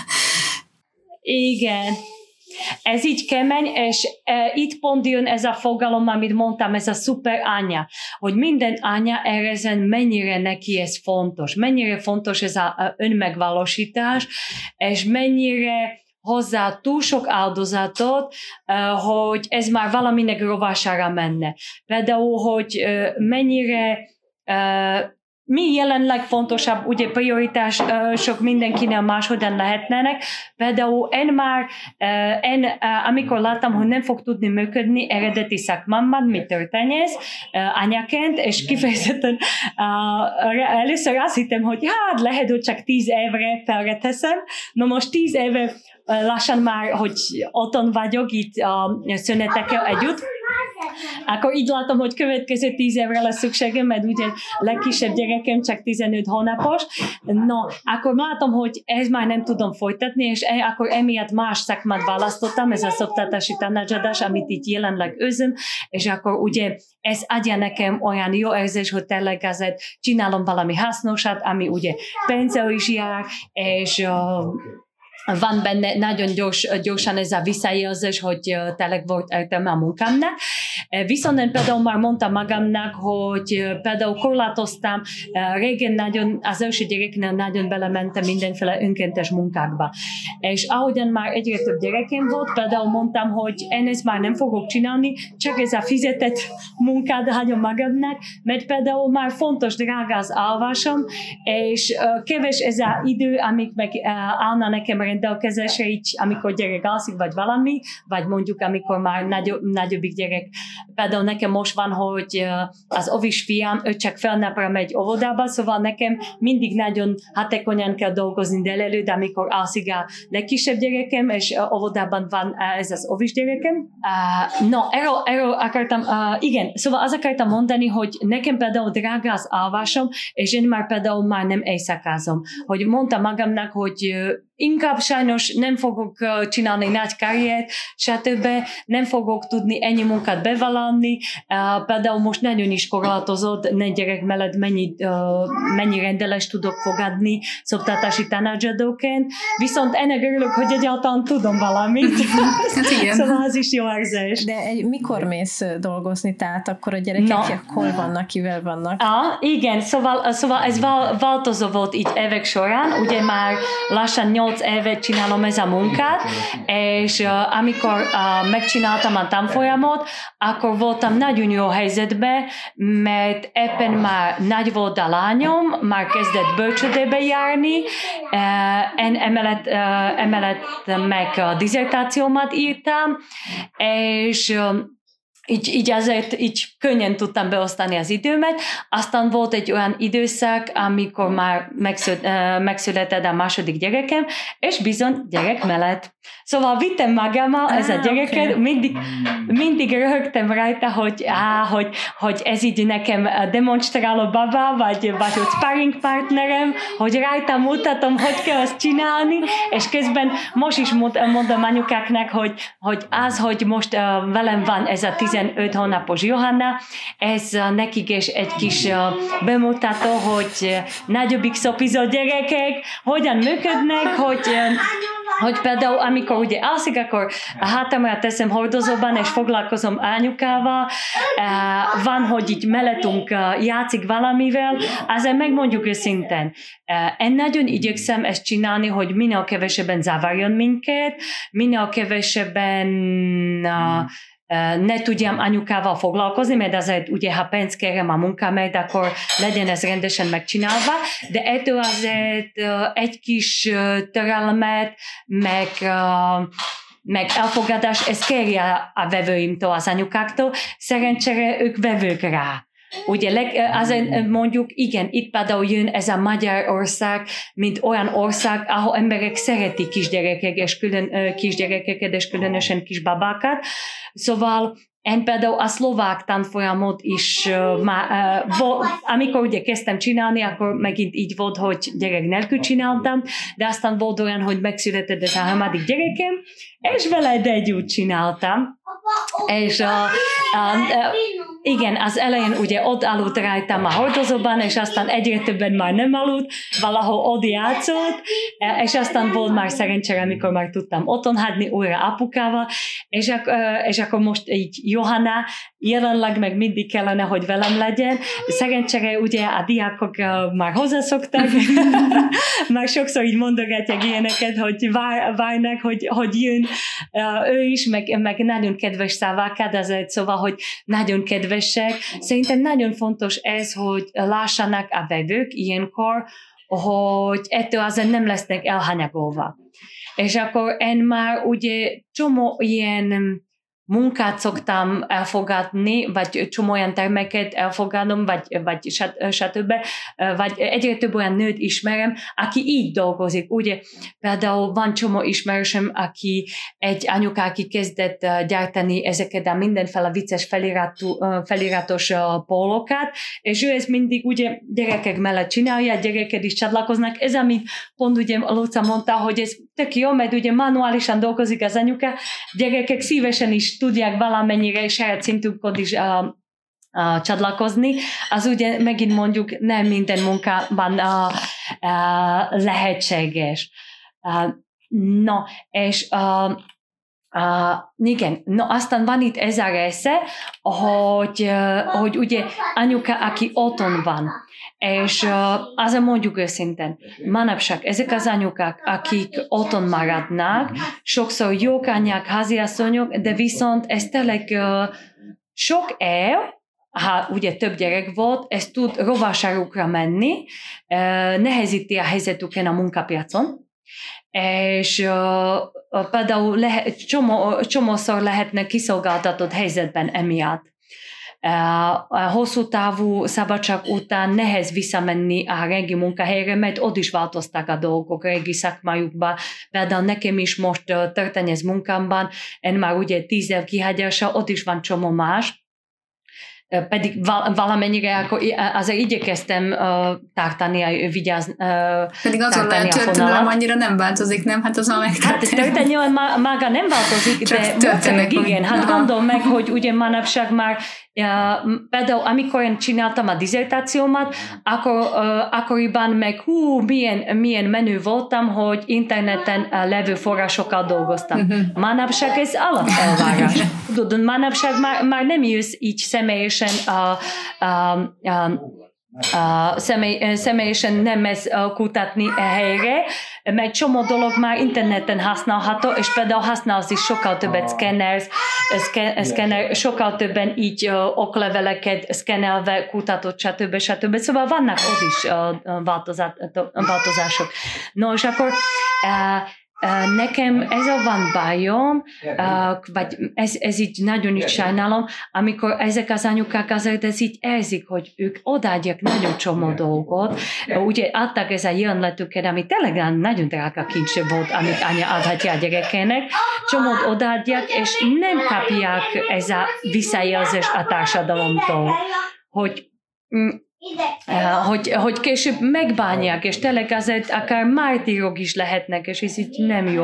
S5: igen. Ez így kemény, és e, itt pont jön ez a fogalom, amit mondtam, ez a szuper anya, hogy minden anya erezen mennyire neki ez fontos, mennyire fontos ez a, a önmegvalósítás, és mennyire hozzá túl sok áldozatot, uh, hogy ez már valaminek rovására menne. Például, hogy uh, mennyire uh, mi jelenleg fontosabb, ugye prioritás uh, sok mindenkinek máshogyan lehetnének. Például én már, uh, én, uh, amikor láttam, hogy nem fog tudni működni eredeti szakmámban, mi történész uh, anyaként, és kifejezetten uh, először azt hittem, hogy hát lehet, hogy csak tíz évre felreteszem. Na most tíz éve lassan már, hogy otthon vagyok itt a szünetekkel együtt, akkor így látom, hogy következő tíz évre lesz szükségem, mert ugye legkisebb gyerekem csak tizenöt hónapos. No, akkor látom, hogy ez már nem tudom folytatni, és akkor emiatt más szakmát választottam, ez a szoktatási tanácsadás, amit itt jelenleg őzöm, és akkor ugye ez adja nekem olyan jó érzés, hogy tényleg azért csinálom valami hasznosat, ami ugye pénzzel is jár, és uh, van benne nagyon gyors, gyorsan ez a visszajelzés, hogy uh, tényleg volt értelme a munkámnak. Viszont én például már mondtam magamnak, hogy uh, például korlátoztam, uh, régen nagyon, az első gyereknél nagyon belementem mindenféle önkéntes munkákba. És ahogyan már egyre több gyerekem volt, például mondtam, hogy én ezt már nem fogok csinálni, csak ez a fizetett munkát hagyom magamnak, mert például már fontos, drága az alvásom, és uh, kevés ez az idő, amik meg uh, állna nekem rendelkezésre, így, amikor gyerek alszik, vagy valami, vagy mondjuk, amikor már nagyobb, nagyobbik gyerek. Például nekem most van, hogy az ovis fiam, ő csak fél napra megy óvodába, szóval nekem mindig nagyon hatékonyan kell dolgozni délelőtt, amikor alszik a legkisebb gyerekem, és óvodában van ez az ovis gyerekem. Uh, no, erről, erről akartam, uh, igen, szóval azt akartam mondani, hogy nekem például drága az alvásom, és én már például már nem éjszakázom. Hogy mondtam magamnak, hogy uh, inkább sajnos nem fogok uh, csinálni nagy karriert, stb. Nem fogok tudni ennyi munkát bevállalni. Uh, például most nagyon is korlátozott, négy gyerek mellett mennyi, uh, mennyi rendelést tudok fogadni szoktatási tanácsadóként. Viszont ennek örülök, hogy egyáltalán tudom valamit. Szóval az is jó érzés.
S2: De egy, mikor mész dolgozni? Tehát akkor a gyerekek no. hol vannak, kivel vannak?
S5: Ah, igen, szóval, szóval ez változó volt így évek során. Ugye már lassan nyolc nyolc évet csinálom ez a munkát, és uh, amikor uh, megcsináltam a tanfolyamot, akkor voltam nagyon jó helyzetben, mert éppen már nagy volt a lányom, már kezdett bölcsődébe járni, uh, en emellett, uh, emellett meg a diszertációmat írtam, és uh, Így, így azért így könnyen tudtam beosztani az időmet. Aztán volt egy olyan időszak, amikor már megszület, megszületett a második gyerekem, és bizony gyerek mellett. Szóval vittem magammal ez a gyereket, okay. mindig, mindig röhögtem rajta, hogy, á, hogy, hogy ez így nekem demonstráló baba, vagy, vagy hogy sparring partnerem, hogy rajta mutatom, hogy kell ezt csinálni, és közben most is mondom anyukáknak, hogy, hogy az, hogy most uh, velem van ez a tizenöt hónapos Johanna, ez uh, nekik is egy kis uh, bemutató, hogy uh, nagyobbik szopizott gyerekek hogyan működnek, hogy uh, hogy például amikor ugye alszik, akkor a hátamra teszem hordozóban, és foglalkozom anyukával, van, hogy így mellettünk játszik valamivel, azért megmondjuk őszintén. Én nagyon igyekszem ezt csinálni, hogy minél kevesebben zavarjon minket, minél kevesebben ne tudjam anyukával foglalkozni, mert azért ugye, ha pénzt kérem a munkámért, akkor legyen ez rendesen megcsinálva, de ettől azért egy kis törelmet, meg, meg elfogadás, ez kérje a vevőimtől, az anyukáktól, szerencsére ők vevők rá. Ugye azért mondjuk, igen, itt például jön ez a Magyarország, mint olyan ország, ahol emberek szeretik kisgyerekek és külön, kisgyerekeket, és különösen kisbabákat. Szóval én például a szlovák tanfolyamot is, amikor ugye kezdtem csinálni, akkor megint így volt, hogy gyerek nélkül csináltam, de aztán volt olyan, hogy megszületett ez a harmadik gyerekem, és vele együtt csináltam. És a, a, a, igen, az elején ugye ott aludt rajtam a hordozóban, és aztán egyre többen már nem aludt, valahol ott játszott, és aztán volt már szerencsére, amikor már tudtam otthon hagyni újra apukával, és, ak- és akkor most így Johanna jelenleg meg mindig kellene, hogy velem legyen. Szerencsére ugye a diákok már hozzászoktak, már sokszor így mondogatják ilyeneket, hogy vár, várnak, hogy, hogy jön ő is, meg, meg nagyon kedves szavakat, azért szóval, hogy nagyon kedvesek. Szerintem nagyon fontos ez, hogy lássanak a vevők ilyenkor, hogy ettől azért nem lesznek elhanyagolva. És akkor én már ugye csomó ilyen munkát szoktam elfogadni, vagy csomó olyan terméket elfogadom, vagy, vagy stb. Vagy egyre több olyan nőt ismerem, aki így dolgozik. Ugye például van csomó ismerősöm, aki egy anyuka, aki kezdett gyártani ezeket a mindenféle vicces feliratú, feliratos pólókat, és ő ezt mindig ugye gyerekek mellett csinálja, gyerekek is csatlakoznak. Ez, amit pont ugye Luca mondta, hogy ez tök jó, mert ugye manuálisan dolgozik az anyuka, gyerekek szívesen is tudják valamennyire saját szintünkön is uh, uh, csatlakozni, az ugye megint mondjuk nem minden munkában uh, uh, lehetséges. Uh, no, és uh, uh, igen, no, aztán van itt ez a része, hogy, uh, hogy ugye anyuka, aki otthon van, és uh, azért mondjuk őszintén, manapság ezek az anyukák, akik otthon maradnak, sokszor jók anyák, háziasszonyok, de viszont ez tényleg uh, sok év, ha ugye több gyerek volt, ez tud rovaságukra menni, uh, nehezíti a helyzetüken a munkapiacon, és uh, például lehet, csomó, csomószor lehetnek kiszolgáltatott helyzetben emiatt. A hosszú távú szabadság után nehéz visszamenni a régi munkahelyre, mert ott is változtak a dolgok régi szakmájukban. Például nekem is most történik ez munkámban, én már ugye tíz év kihagyása, ott is van csomó más. Pedig valamennyire akkor azért igyekeztem uh, tartani, vigyázni uh,
S1: Pedig azon a történelem annyira nem változik, nem? Hát az a megtartani.
S5: Hát történelem maga nem változik,
S1: csak
S5: de
S1: történik.
S5: Igen, hát gondolom meg, hogy ugye manapság már uh, például amikor én csináltam a diszertációmat, akkor, uh, akkoriban meg hú, milyen, milyen menő voltam, hogy interneten uh, levő forrásokkal dolgoztam. Uh-huh. Manapság ez alapelvárás. Tudod, manapság már, már nem jössz így személyesen a, a, a Uh, személy, személyesen nem ez uh, kutatni helyre, mert csomó dolog már interneten használható, és például használsz is sokkal többet szkennerz, szkenner, sokkal többen így uh, okleveleket szkennelve kutatott, stb. stb. Szóval vannak ott is uh, változások. No, és akkor uh, Uh, nekem ez a van bajom, uh, vagy ez, ez így nagyon így sajnálom, amikor ezek az anyukák azért ez így érzik, hogy ők odaadják nagyon csomó dolgot. Uh, ugye adtak ez a jelenletüket, ami tényleg nagyon drága kincs volt, amit anya adhatja a gyerekének. Csomót odaadják, és nem kapják ez a visszajelzés a társadalomtól, hogy mm, Uh, hogy, hogy később megbánják, és tényleg azért akár mártírok is lehetnek, és ez így nem jó.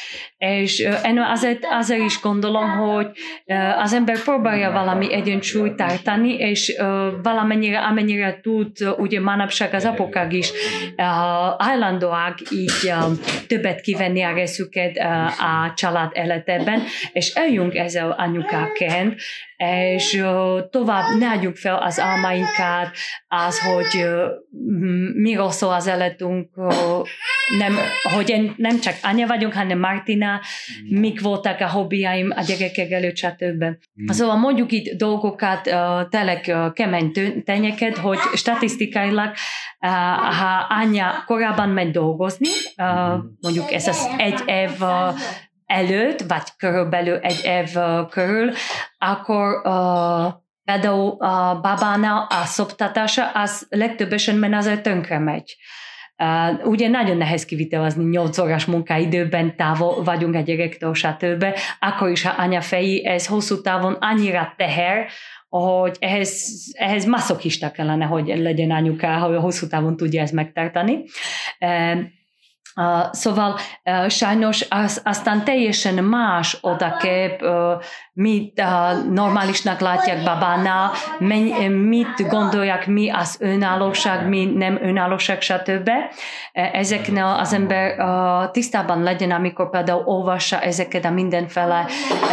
S5: És uh, azért, azért is gondolom, hogy uh, az ember próbálja valami egyensúlyt tartani, és uh, valamennyire, amennyire tud, uh, ugye manapság az apukák is uh, hajlandóak így uh, többet kivenni a részüket uh, a család életében, és eljünk ezzel anyukáként, és uh, tovább ne adjuk fel az álmainkat, az, hogy uh, miről szól az életünk, uh, nem, hogy én nem csak anya vagyok, hanem Martina, mik voltak a hobbiaim a gyerekek előtt, stb. Mm. Szóval mondjuk itt dolgokat, uh, tényleg uh, kemény tényeket, hogy statisztikailag, uh, ha anya korábban ment dolgozni, uh, mondjuk ez az egy év uh, előtt, vagy körülbelül egy év uh, körül, akkor uh, például a babánál a szoptatása az legtöbb esetben azért tönkre megy. Uh, ugye nagyon nehéz kivitelezni nyolc órás munkaidőben, távol vagyunk a gyerektől, stb. Akkor is, ha anya fejé, ez hosszú távon annyira teher, hogy ehhez, ehhez masochista kellene, hogy legyen anyuka, hogy hosszú távon tudja ezt megtartani. Uh, Uh, szóval uh, sajnos az, aztán teljesen más odakép, uh, mit uh, normálisnak látják babánál, menny, mit gondolják, mi az önállóság, mi nem önállóság, stb. Ezeknél az ember uh, tisztában legyen, amikor például olvassa ezeket a mindenféle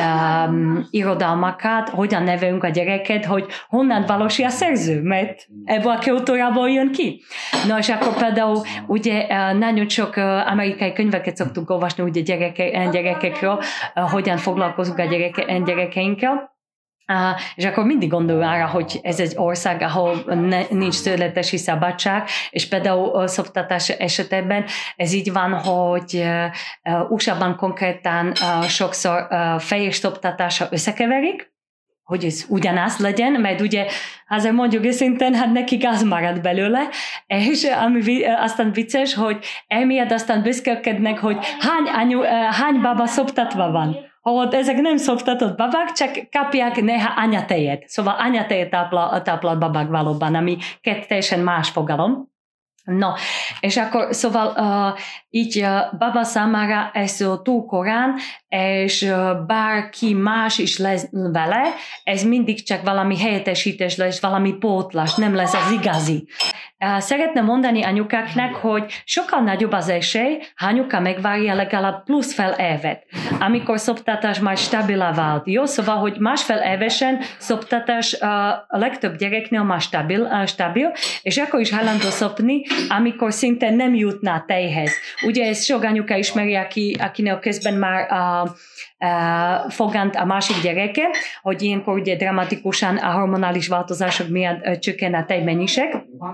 S5: um, irodalmakat, hogyan nevelünk a gyereket, hogy honnan valósi a szerző, mert ebből a kultúrából jön ki. Na és akkor például ugye uh, nagyon sok uh, amerikai könyveket szoktunk olvasni ugye gyereke, gyerekekről, uh, hogyan foglalkozunk a gyereke, gyerekeinkkel, uh, és akkor mindig gondol arra, hogy ez egy ország, ahol ne, nincs születési szabadság, és például a szoptatás esetében ez így van, hogy uh, uh, u es á-ban konkrétan uh, sokszor uh, fehér szoptatása összekeverik, hogy ez ugyanaz legyen, mert ugye azért mondjuk őszintén, hát nekik az marad belőle, és ami aztán vicces, hogy emiatt aztán büszkélkednek, hogy hány, anyu, hány baba szoptatva van. Hogy ezek nem szoptatott babák, csak kapják néha anyatejet. Szóval anyatejet táplal, táplal babák valóban, ami teljesen más fogalom. No, és akkor szóval uh, így uh, baba számára ez uh, túl korán, és uh, bárki más is lesz vele, ez mindig csak valami helyettesítés lesz, valami pótlás, nem lesz az igazi. Uh, szeretném mondani anyukáknak, hogy sokkal nagyobb az esély, ha anyuka megvárja legalább plusz fel évet, amikor szoptatás már stabilá vált. Jó, szóval, hogy másfél évesen szoptatás uh, a legtöbb gyereknél már stabil, uh, stabil, és akkor is hajlandó szopni, amikor szinte nem jutná tejhez. Ugye ez sok anyuka ismeri, aki, akinél közben már uh, uh, fogant a másik gyereke, hogy ilyenkor ugye dramatikusan a hormonális változások miatt uh, csökken a tejmennyiség.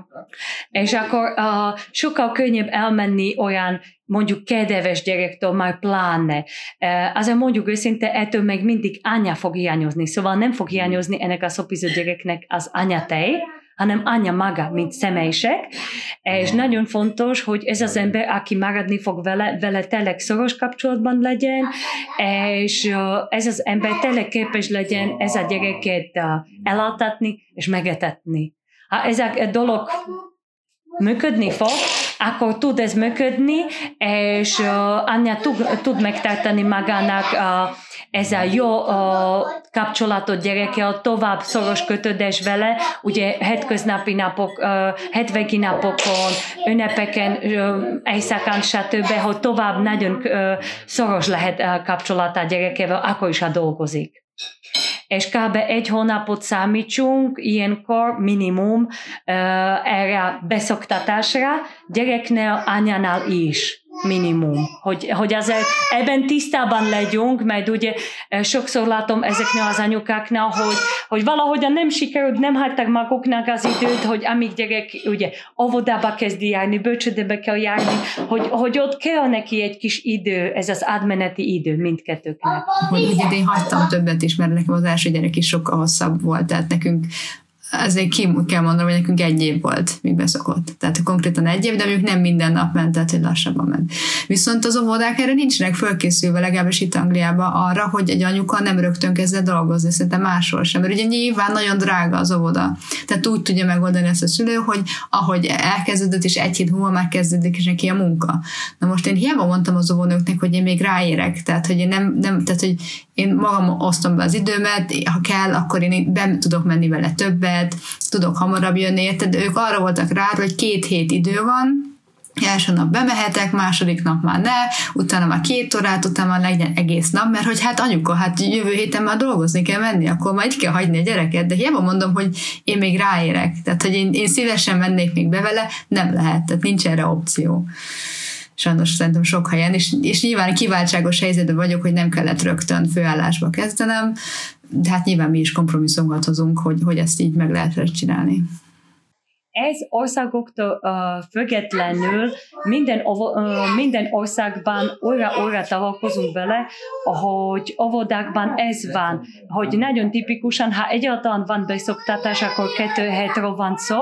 S5: És akkor uh, sokkal könnyebb elmenni olyan mondjuk kedves gyerektől már pláne. Uh, azért mondjuk őszinte, ettől meg mindig anya fog hiányozni. Szóval nem fog hiányozni ennek a szopizó gyereknek az anyatej, hanem anya maga, mint személyiség. És nagyon fontos, hogy ez az ember, aki maradni fog vele, vele tényleg szoros kapcsolatban legyen, és ez az ember tényleg képes legyen ez a gyereket ellátni és megetetni. Ha ez a dolog működni fog, akkor tud ez működni, és uh, anya tud, tud megtartani magának uh, ez a jó uh, kapcsolatot gyerekkel, tovább szoros kötődés vele, ugye hétköznapi napok, uh, hétvégi napokon, ünnepeken, uh, éjszakán, stb., hogy tovább nagyon uh, szoros lehet a kapcsolat a gyerekével, akkor is, ha dolgozik. és kb. egy hónapot számítsunk ilyenkor minimum erre beszoktatásra, gyereknél, anyánál is. Minimum, hogy, hogy azért ebben tisztában legyünk, mert ugye sokszor látom ezeknél az anyukáknál, hogy, hogy valahogyan nem sikerült, nem hagyták maguknak az időt, hogy amíg gyerek ugye óvodába kezdi járni, bölcsődébe kell járni, hogy, hogy ott kell neki egy kis idő, ez az átmeneti idő mindkettőknek.
S1: Hogy ugye én hagytam többet is, mert nekem az első gyerek is sokkal hosszabb volt, tehát nekünk azért ki kell mondanom, hogy nekünk egy év volt, míg beszokott. Tehát konkrétan egy év, de mondjuk nem minden nap ment, tehát hogy lassabban ment. Viszont az óvodák erre nincsenek fölkészülve, legalábbis itt Angliában arra, hogy egy anyuka nem rögtön kezdett dolgozni, szerintem máshol sem. Mert ugye nyilván nagyon drága az óvoda. Tehát úgy tudja megoldani ezt a szülő, hogy ahogy elkezdődött, és egy hét múlva már kezdődik is neki a munka. Na most én hiába mondtam az óvónőknek, hogy én még ráérek, tehát hogy én nem, nem tehát hogy én magam osztom be az időmet, ha kell, akkor én be tudok menni vele többet, tudok hamarabb jönni, érted? Ők arra voltak rá, hogy két hét idő van, első nap bemehetek, második nap már ne, utána már két órát, utána már legyen egész nap, mert hogy hát anyuka, hát jövő héten már dolgozni kell menni, akkor majd itt kell hagyni a gyereket, de hiába mondom, hogy én még ráérek, tehát hogy én, én szívesen mennék még be vele, nem lehet, tehát nincs erre opció. Sajnos szerintem sok helyen, és, és nyilván kiváltságos helyzetben vagyok, hogy nem kellett rögtön főállásba kezdenem, de hát nyilván mi is kompromisszumokat hozunk, hogy, hogy ezt így meg lehet csinálni.
S5: Ez országoktól uh, függetlenül minden, uh, minden országban óra-óra találkozunk vele, hogy óvodákban ez van, hogy nagyon tipikusan, ha egyáltalán van beszoktatás, akkor kettő hétről van szó,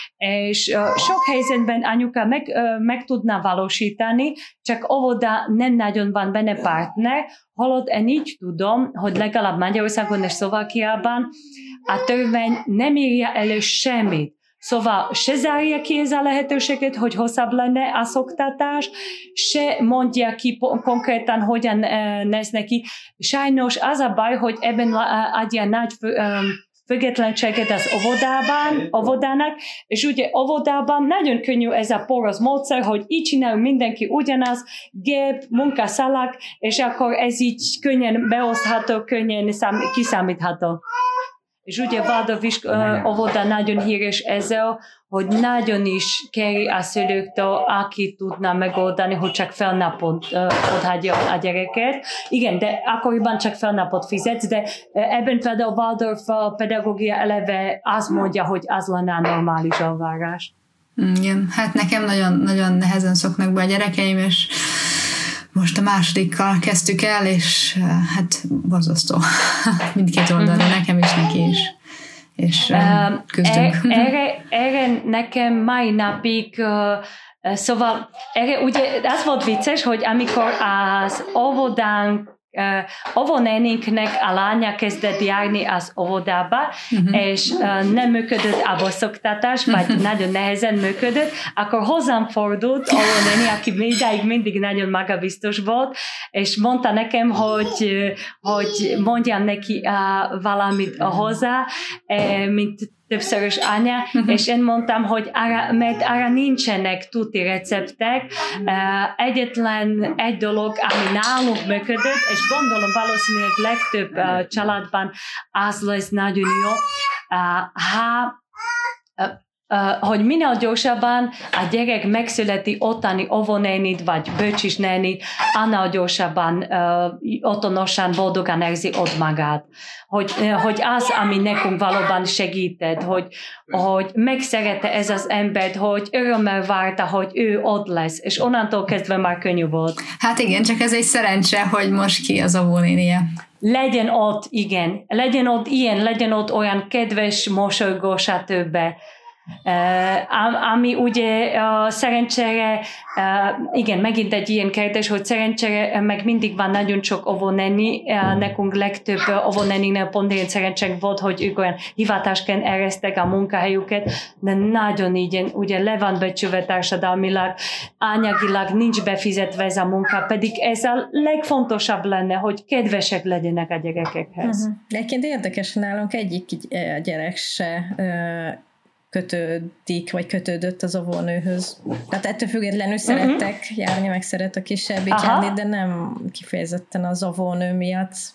S5: és uh, sok helyzetben anyuka meg, uh, meg tudná valósítani, csak óvoda nem nagyon van benne partner, holott én így tudom, hogy legalább Magyarországon és Szlovákiában a törvény nem írja elő semmit. Szóval se zárja ki ez a lehetőséget, hogy hosszabb lenne a szoktatás, se mondja ki konkrétan, hogyan néz neki. Sajnos az a baj, hogy ebben adja nagy függetlenséget az óvodában, óvodának, és ugye óvodában nagyon könnyű ez a poros módszer, hogy így csinál mindenki ugyanaz, gép, munkaszalak, és akkor ez így könnyen beosztható, könnyen kiszámítható. És ugye Vardar óvoda nagyon híres ezzel, hogy nagyon is kéri a szülőktől, aki tudna megoldani, hogy csak felnapot uh, otthagyja a gyereket. Igen, de akkoriban csak felnapot fizetsz, de ebben például Waldorf pedagógia eleve azt mondja, hogy az lenne a normális elvárás.
S1: Igen, hát nekem nagyon, nagyon nehezen szoknak be a gyerekeim, és most a másodikkal kezdtük el, és hát borzasztó. Mindkét oldalon, uh-huh. nekem is, neki is. És uh, küzdünk.
S5: Erre, erre nekem mai napig, uh, szóval erre ugye az volt vicces, hogy amikor az óvodánk Uh, óvónéninknek a lánya kezdett járni az óvodába, uh-huh. és uh, nem működött a beszoktatás, vagy uh-huh. nagyon nehezen működött, akkor hozzám fordult óvónéni, aki mindig, mindig nagyon magabiztos volt, és mondta nekem, hogy, hogy mondjam neki uh, valamit hozzá, uh, mint többszörös anya, uh-huh. és én mondtam, hogy arra, mert arra nincsenek tuti receptek. Uh, egyetlen egy dolog, ami nálunk működött, és gondolom valószínűleg legtöbb uh, családban az lesz nagyon jó, uh, ha uh, Uh, hogy minél gyorsabban a gyerek megszületi ottani óvónénit vagy bölcsisnénit, annál gyorsabban uh, otthonosan, boldogan érzi ott magát. Hogy, uh, hogy az, ami nekünk valóban segített, hogy, hogy megszerette ez az embert, hogy örömmel várta, hogy ő ott lesz, és onnantól kezdve már könnyű volt.
S1: Hát igen, csak ez egy szerencse, hogy most ki az óvónénie.
S5: Legyen ott, igen, legyen ott ilyen, legyen ott olyan kedves, mosolygó, stb. Uh, ami ugye uh, szerencsére, uh, igen, megint egy ilyen kérdés, hogy szerencsére uh, meg mindig van nagyon sok óvónéni, uh, nekünk legtöbb uh, óvónéninél pont ilyen szerencség volt, hogy ők olyan hivatásként éreztek a munkahelyüket, de nagyon így, ugye le van becsülve társadalmilag, anyagilag nincs befizetve ez a munka, pedig ez a legfontosabb lenne, hogy kedvesek legyenek a gyerekekhez. Uh-huh.
S2: De egyébként érdekes, nálunk egyik gyerek se uh, kötődik, vagy kötődött az óvónőhöz. Tehát ettől függetlenül uh-huh. szerettek járni, meg szeret a kisebbik járni, de nem kifejezetten az óvónő miatt.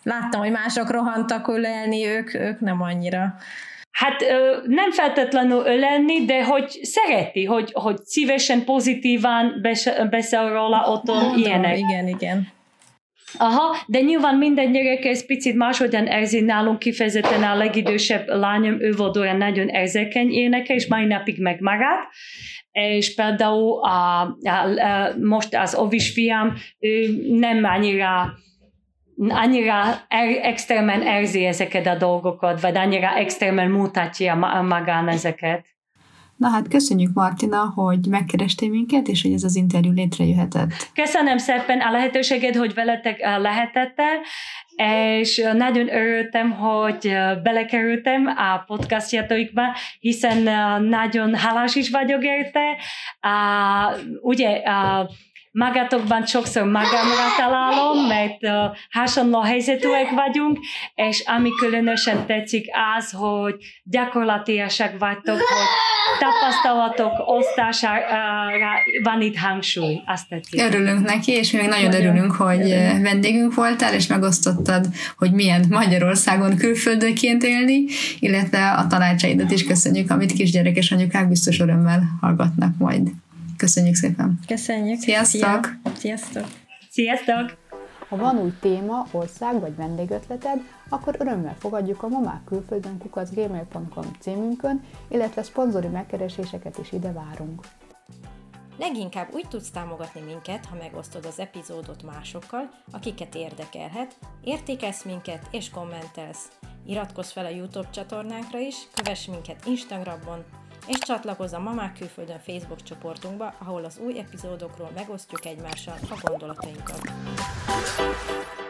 S2: Láttam, hogy mások rohantak ölelni, ők, ők nem annyira.
S5: Hát nem feltétlenül ölelni, de hogy szereti, hogy, hogy szívesen, pozitívan beszél róla otthon, ilyenek.
S2: Igen, igen.
S5: Aha, de nyilván minden gyerek ez picit máshogyan érzi, nálunk kifejezetten a legidősebb lányom, ő volt olyan nagyon érzékeny éneke, és mai napig megmaradt, és például a, a, a, most az ovis fiam, ő nem annyira annyira er, extrémen érzi ezeket a dolgokat, vagy annyira extrémen mutatja magán ezeket.
S1: Na hát köszönjük, Martina, hogy megkerestél minket, és hogy ez az interjú létrejöhetett.
S5: Köszönöm szépen a lehetőséget, hogy veletek lehetettel, és nagyon örültem, hogy belekerültem a podcastjátokba, hiszen nagyon hálás is vagyok érte. Ugye magatokban sokszor magamra találom, mert uh, hasonló helyzetűek vagyunk, és ami különösen tetszik az, hogy gyakorlatiasak vagytok, hogy tapasztalatok osztására van itt hangsúly. Azt tetszik.
S1: Örülünk neki, és még nagyon, nagyon örülünk, hogy örülünk. Vendégünk voltál, és megosztottad, hogy milyen Magyarországon külföldönként élni, illetve a tanácsaidat is köszönjük, amit kisgyerekes anyukák biztos örömmel hallgatnak majd. Köszönjük szépen!
S2: Köszönjük!
S1: Sziasztok!
S2: Sziasztok!
S5: Sziasztok!
S4: Ha van új téma, ország vagy vendégötleted, akkor örömmel fogadjuk a mamák külföldön kukac gmail pont com címünkön, illetve szponzori megkereséseket is ide várunk.
S3: Leginkább úgy tudsz támogatni minket, ha megosztod az epizódot másokkal, akiket érdekelhet, értékelsz minket és kommentelsz. Iratkozz fel a YouTube csatornánkra is, kövess minket Instagramon, és csatlakozz a Mamák Külföldön Facebook csoportunkba, ahol az új epizódokról megosztjuk egymással a gondolatainkat.